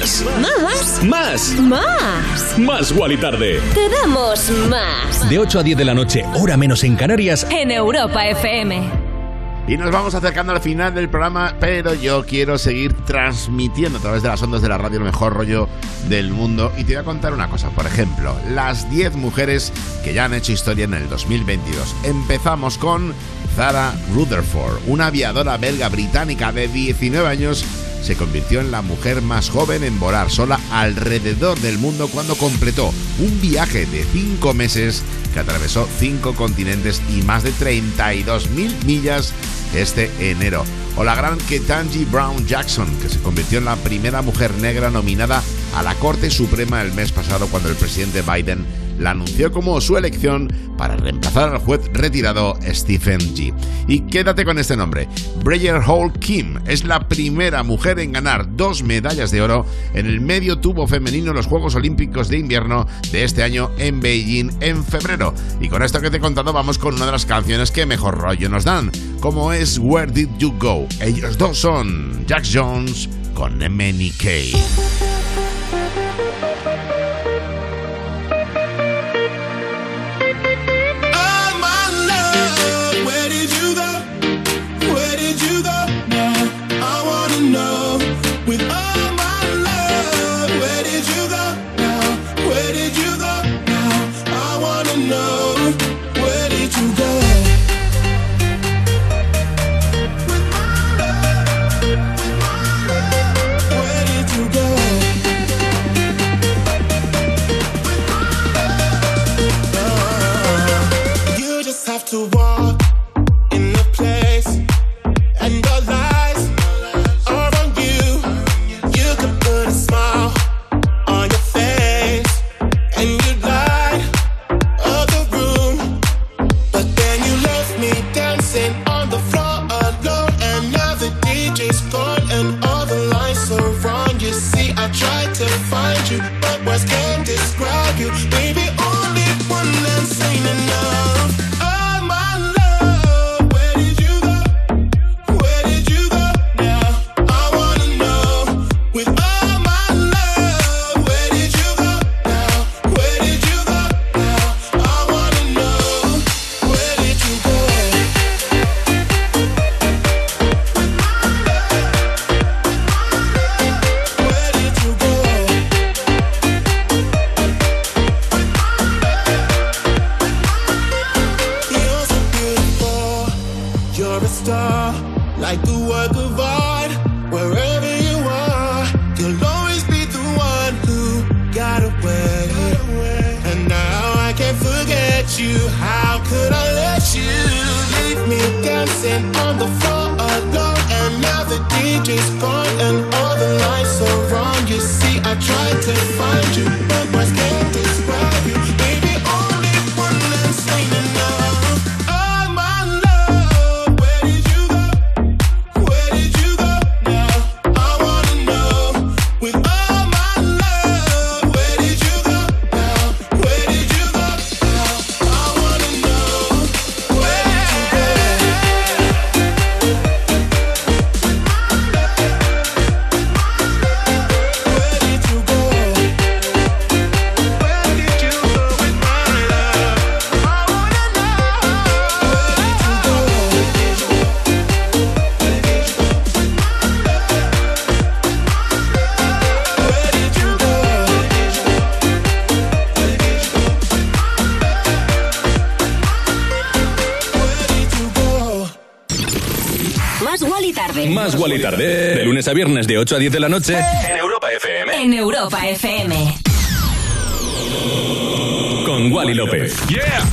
Más. Más. Más. Más. Más Wally Tarde. Te damos más. De 8 a 10 de la noche, hora menos en Canarias. En Europa FM. Y nos vamos acercando al final del programa, pero yo quiero seguir transmitiendo a través de las ondas de la radio el mejor rollo del mundo. Y te voy a contar una cosa, por ejemplo, las 10 mujeres que ya han hecho historia en el 2022. Empezamos con Zara Rutherford, una aviadora belga británica de 19 años. Se convirtió en la mujer más joven en volar sola alrededor del mundo cuando completó un viaje de 5 meses que atravesó 5 continentes y más de 32.000 millas este enero. O la gran Ketanji Brown Jackson, que se convirtió en la primera mujer negra nominada a la Corte Suprema el mes pasado cuando el presidente Biden la anunció como su elección para reemplazar al juez retirado Stephen G. Y quédate con este nombre. Breyer Hall Kim es la primera mujer en ganar 2 medallas de oro en el medio tubo femenino en los Juegos Olímpicos de Invierno de este año en Beijing en febrero. Y con esto que te he contado vamos con una de las canciones que mejor rollo nos dan, como es Where Did You Go. Ellos dos son Jack Jones con MNK. To walk in the place, and your lies are on you. You could put a smile on your face, and you light up the room. But then you left me dancing on the floor alone, and now the DJ's gone, and all the lights are wrong. You see, I tried to find you, but words can't describe you. Baby, only one that's ain't enough. Like the work of art, wherever you are, you'll always be the one who got away. And now I can't forget you. How could I let you leave me dancing on the floor alone? And now the DJ's gone and all the lights are wrong. You see, I tried to find you, but words can't describe you. Baby, only one that's ain't enough. Más Wally Tarde. De lunes a viernes de 8 a 10 de la noche. En Europa FM. En Europa FM. Con Wally López. ¡Yeah!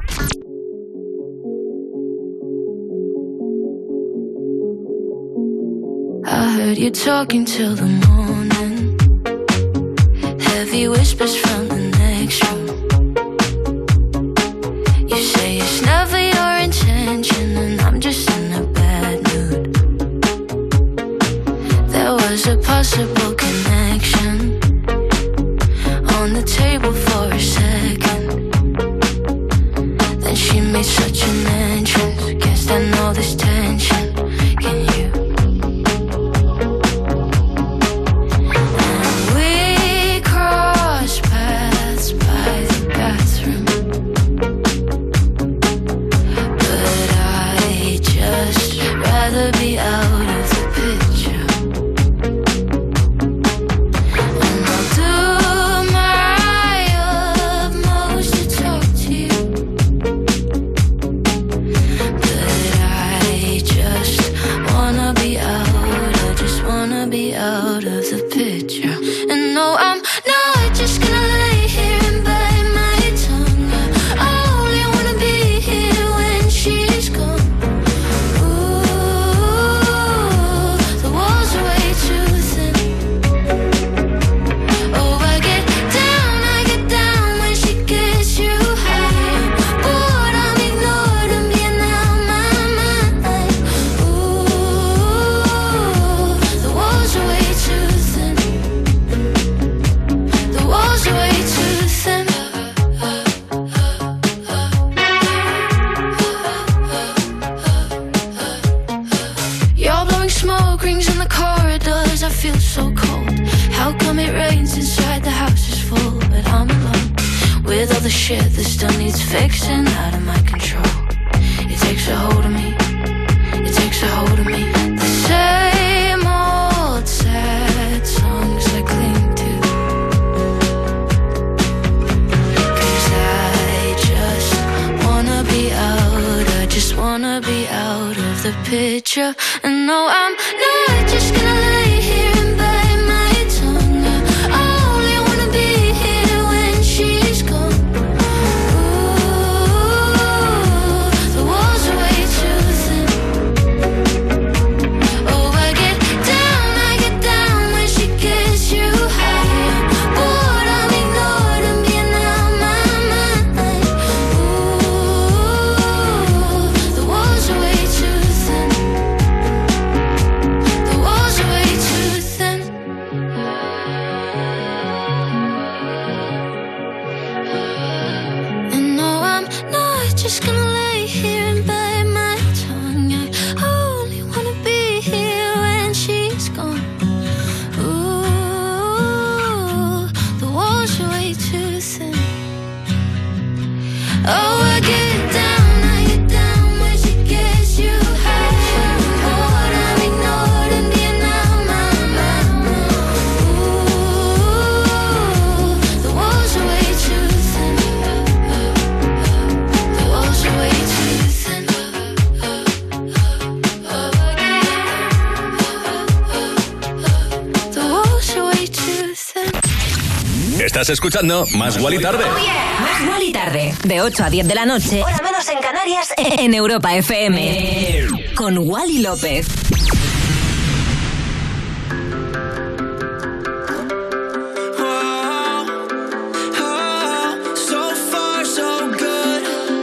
I heard you talking till the morning. Heavy whispers from the next room. You say it's never your intention, and I'm just in a bad mood. There was a possible connection on the table for a second. Then she made such an entrance. Guess I know this tension. Can you? And feels so cold. How come it rains inside the house is full, but I'm alone with all the shit that still needs fixing, out of my control. It takes a hold of me. It takes a hold of me. The same old sad songs I cling to, 'cause I just wanna be out. I just wanna be out of the picture. And no, I'm not just gonna lay here and bite my tongue. I only wanna be here when she's gone. Ooh, the walls are way too thin. Oh, I get down when she gets you high. I'm bored, I'm ignored, I'm being out my mind. Ooh, the walls are way too thin. The walls are way too thin. And no, I'm not just gonna lay here and bite my tongue. I only wanna be here when she's gone. Ooh, the walls are way too thin. Oh, I get down when she gets you high. I'm bored, I'm ignored, and being out my mind. Ooh, the walls are way too thin. The walls are way too thin. The walls are way too thin. Estás escuchando Más Guali Tarde. Más Guali Tarde, de 8 a 10 de la noche, hora menos en Canarias, en Europa FM. Con Wally López. So far, so good.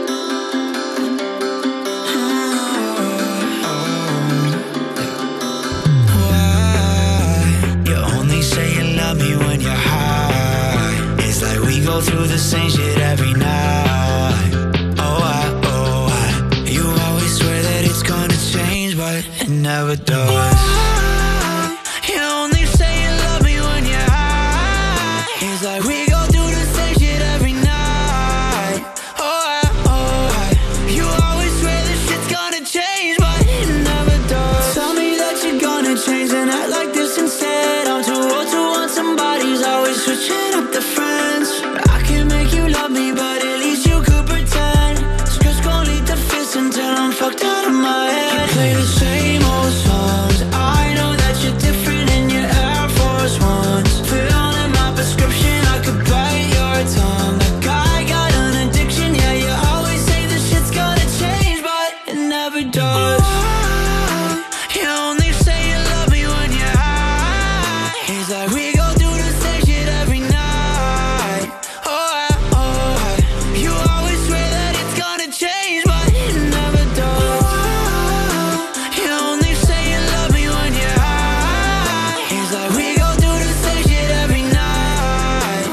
Why you only say you love me when you're high? It's like we go through the same shit every night. Oh, you always swear that it's gonna change, but it never does. You only say you love me when you're high. It's like we go through the same shit every night. You always swear this shit's gonna change, but it never does. Tell me that you're gonna change and act like this instead. I'm too old to want somebody who's always switching up the friends. I can make you love me, but at least you could pretend. Just gonna lead the fist until I'm fucked out of my head. You play the same old songs. I know that you're different in your Air Force Ones. Fill in my prescription, I could bite your tongue. That guy got an addiction, yeah, you always say this shit's gonna change, but it never does. You only say you love me when you're high. It's like we go through the same shit every night. You always swear that it's gonna change, but it never does. You only say you love me when you're high. It's like we go through the same shit every night.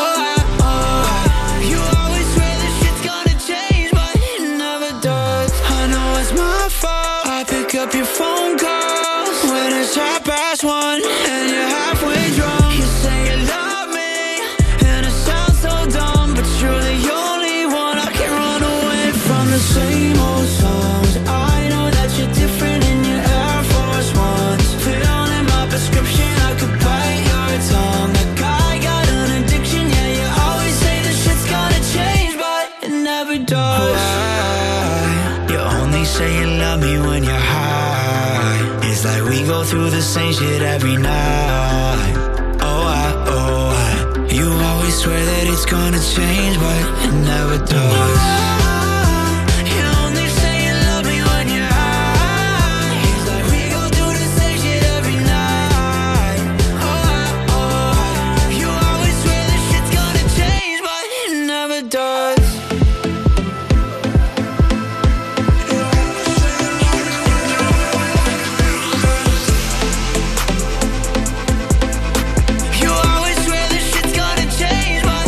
You always swear this shit's gonna change, but it never does. I know it's my fault. I pick up your phone calls when it's 1:30 and you're halfway drunk. You say you love me, and it sounds so dumb, but you're the only one I can run away from. The same old songs. I know that you're different in your Air Force Ones. Fill in my prescription, I could bite your tongue. That guy got an addiction, yeah, you always say this shit's gonna change, but it never does. You only say you love me when you're high. It's like we go through the same shit every night. You always swear that it's gonna change, but it never does. You only say you love me when you're high. It's like we go through the same shit every night. You always swear this shit's gonna change, but it never does. You always swear this shit's gonna change, but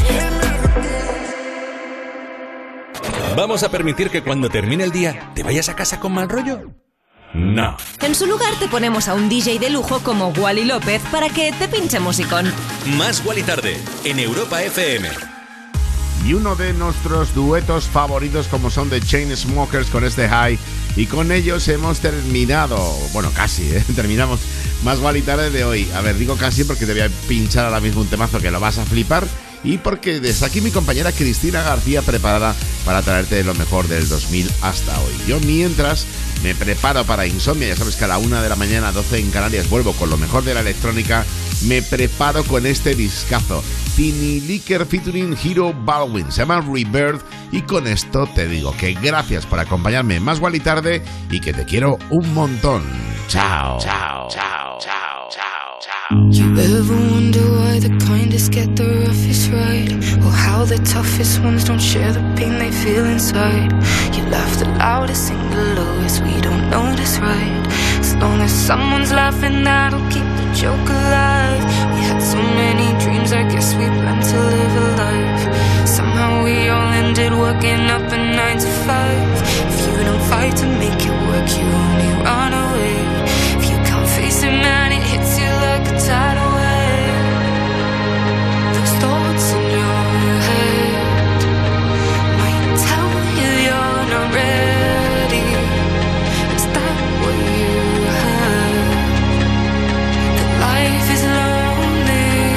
¿Vamos a permitir que cuando termine el día te vayas a casa con mal rollo? No. En su lugar te ponemos a un DJ de lujo como Wally López para que te pinche musicón. Más Wally Tarde, en Europa FM. Y uno de nuestros duetos favoritos como son The Chainsmokers con este High. Y con ellos hemos terminado, bueno, casi, terminamos Más Wally Tarde de hoy. A ver, digo casi porque te voy a pinchar ahora mismo un temazo que lo vas a flipar. Y porque desde aquí mi compañera Cristina García preparada para traerte lo mejor del 2000 hasta hoy. Yo mientras me preparo para Insomnia, ya sabes que a la 1 de la mañana, 12 en Canarias, vuelvo con lo mejor de la electrónica. Me preparo con este discazo, Tiny Licker featuring Hero Baldwin, se llama Rebirth. Y con esto te digo que gracias por acompañarme en Más Wally Tarde y que te quiero un montón. Chao. Chao. Chao. Chao. Chao. You ever wonder why the kindest get the roughest ride? Or how the toughest ones don't share the pain they feel inside? You laugh the loudest, sing the lowest, we don't notice, right? As long as someone's laughing, that'll keep the joke alive. We had so many dreams, I guess we planned to live a life. Somehow we all ended working up a 9 to 5. If you don't fight to make it work, you only run away. If you can't face it, man, it hits you like a tidal wave. Those thoughts in your head might tell you you're not ready. Is that what you heard? That life is lonely.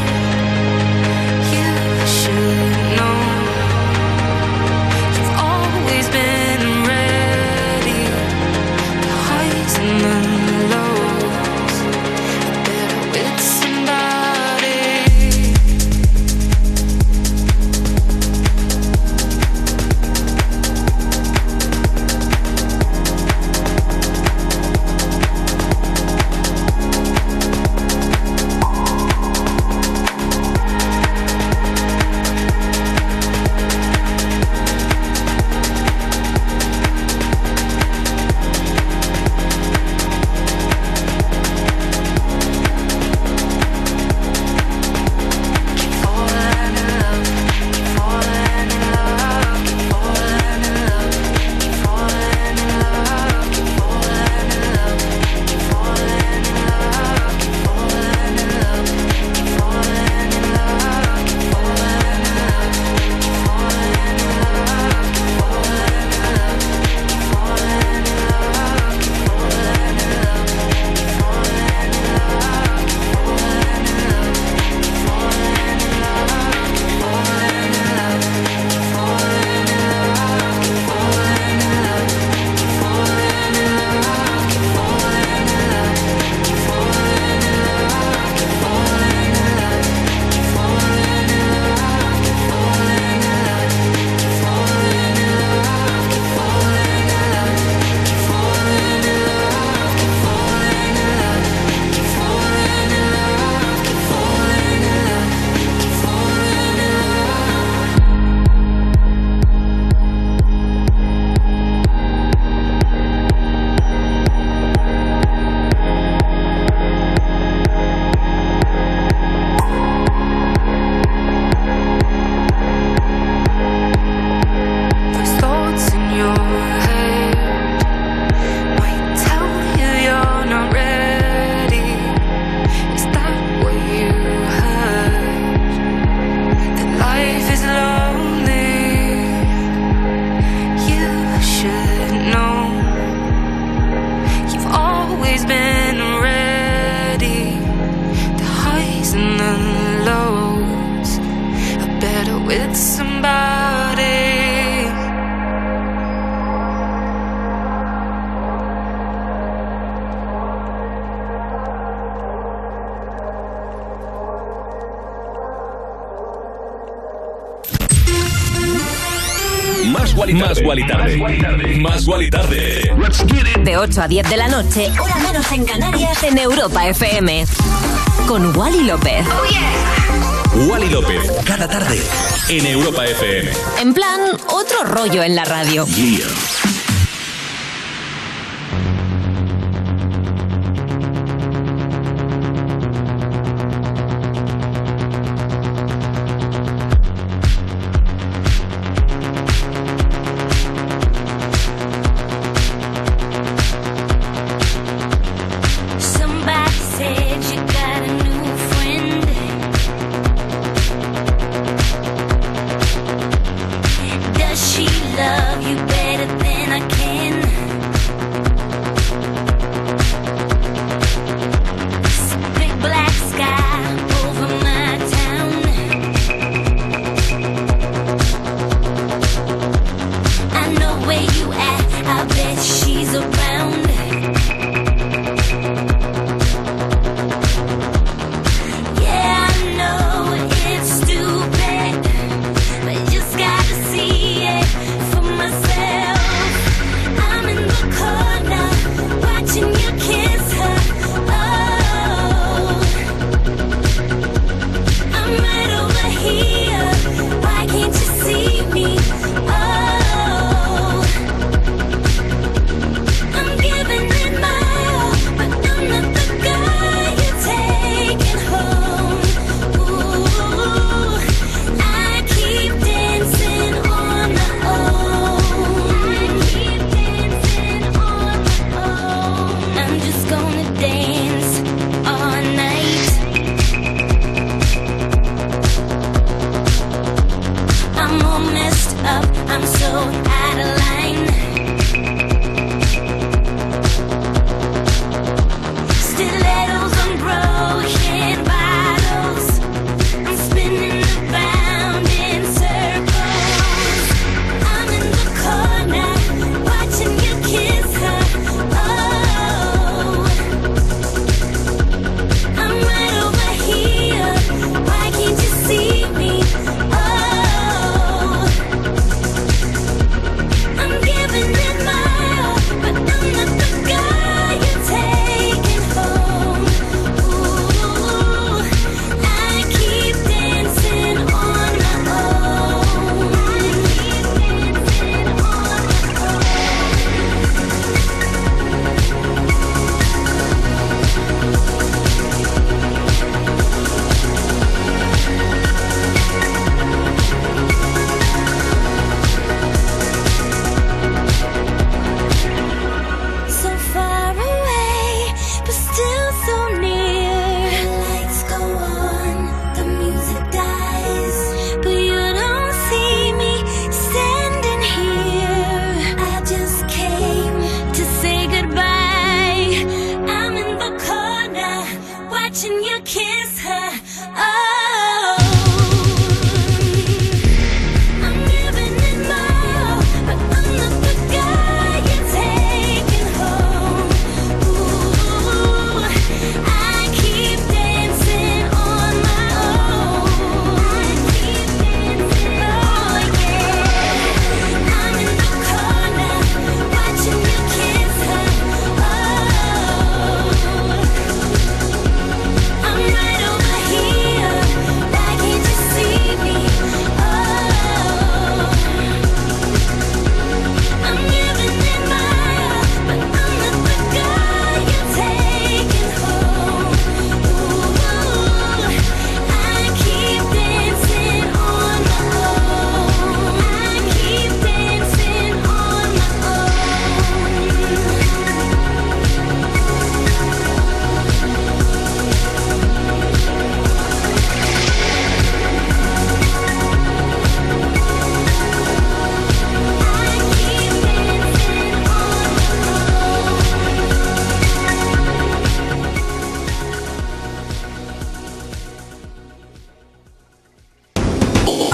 You should know. You've always been ready. The highs and the lows. Better with somebody. Más Wally Tarde. Más Wally Tarde. De 8 a 10 de la noche, hora menos en Canarias, en Europa FM. Con Wally López. Oh, yeah. Wally López, cada tarde, en Europa FM. En plan, otro rollo en la radio. Yeah. love you better than I can. It's a big black sky over my town. I know where you at, I bet you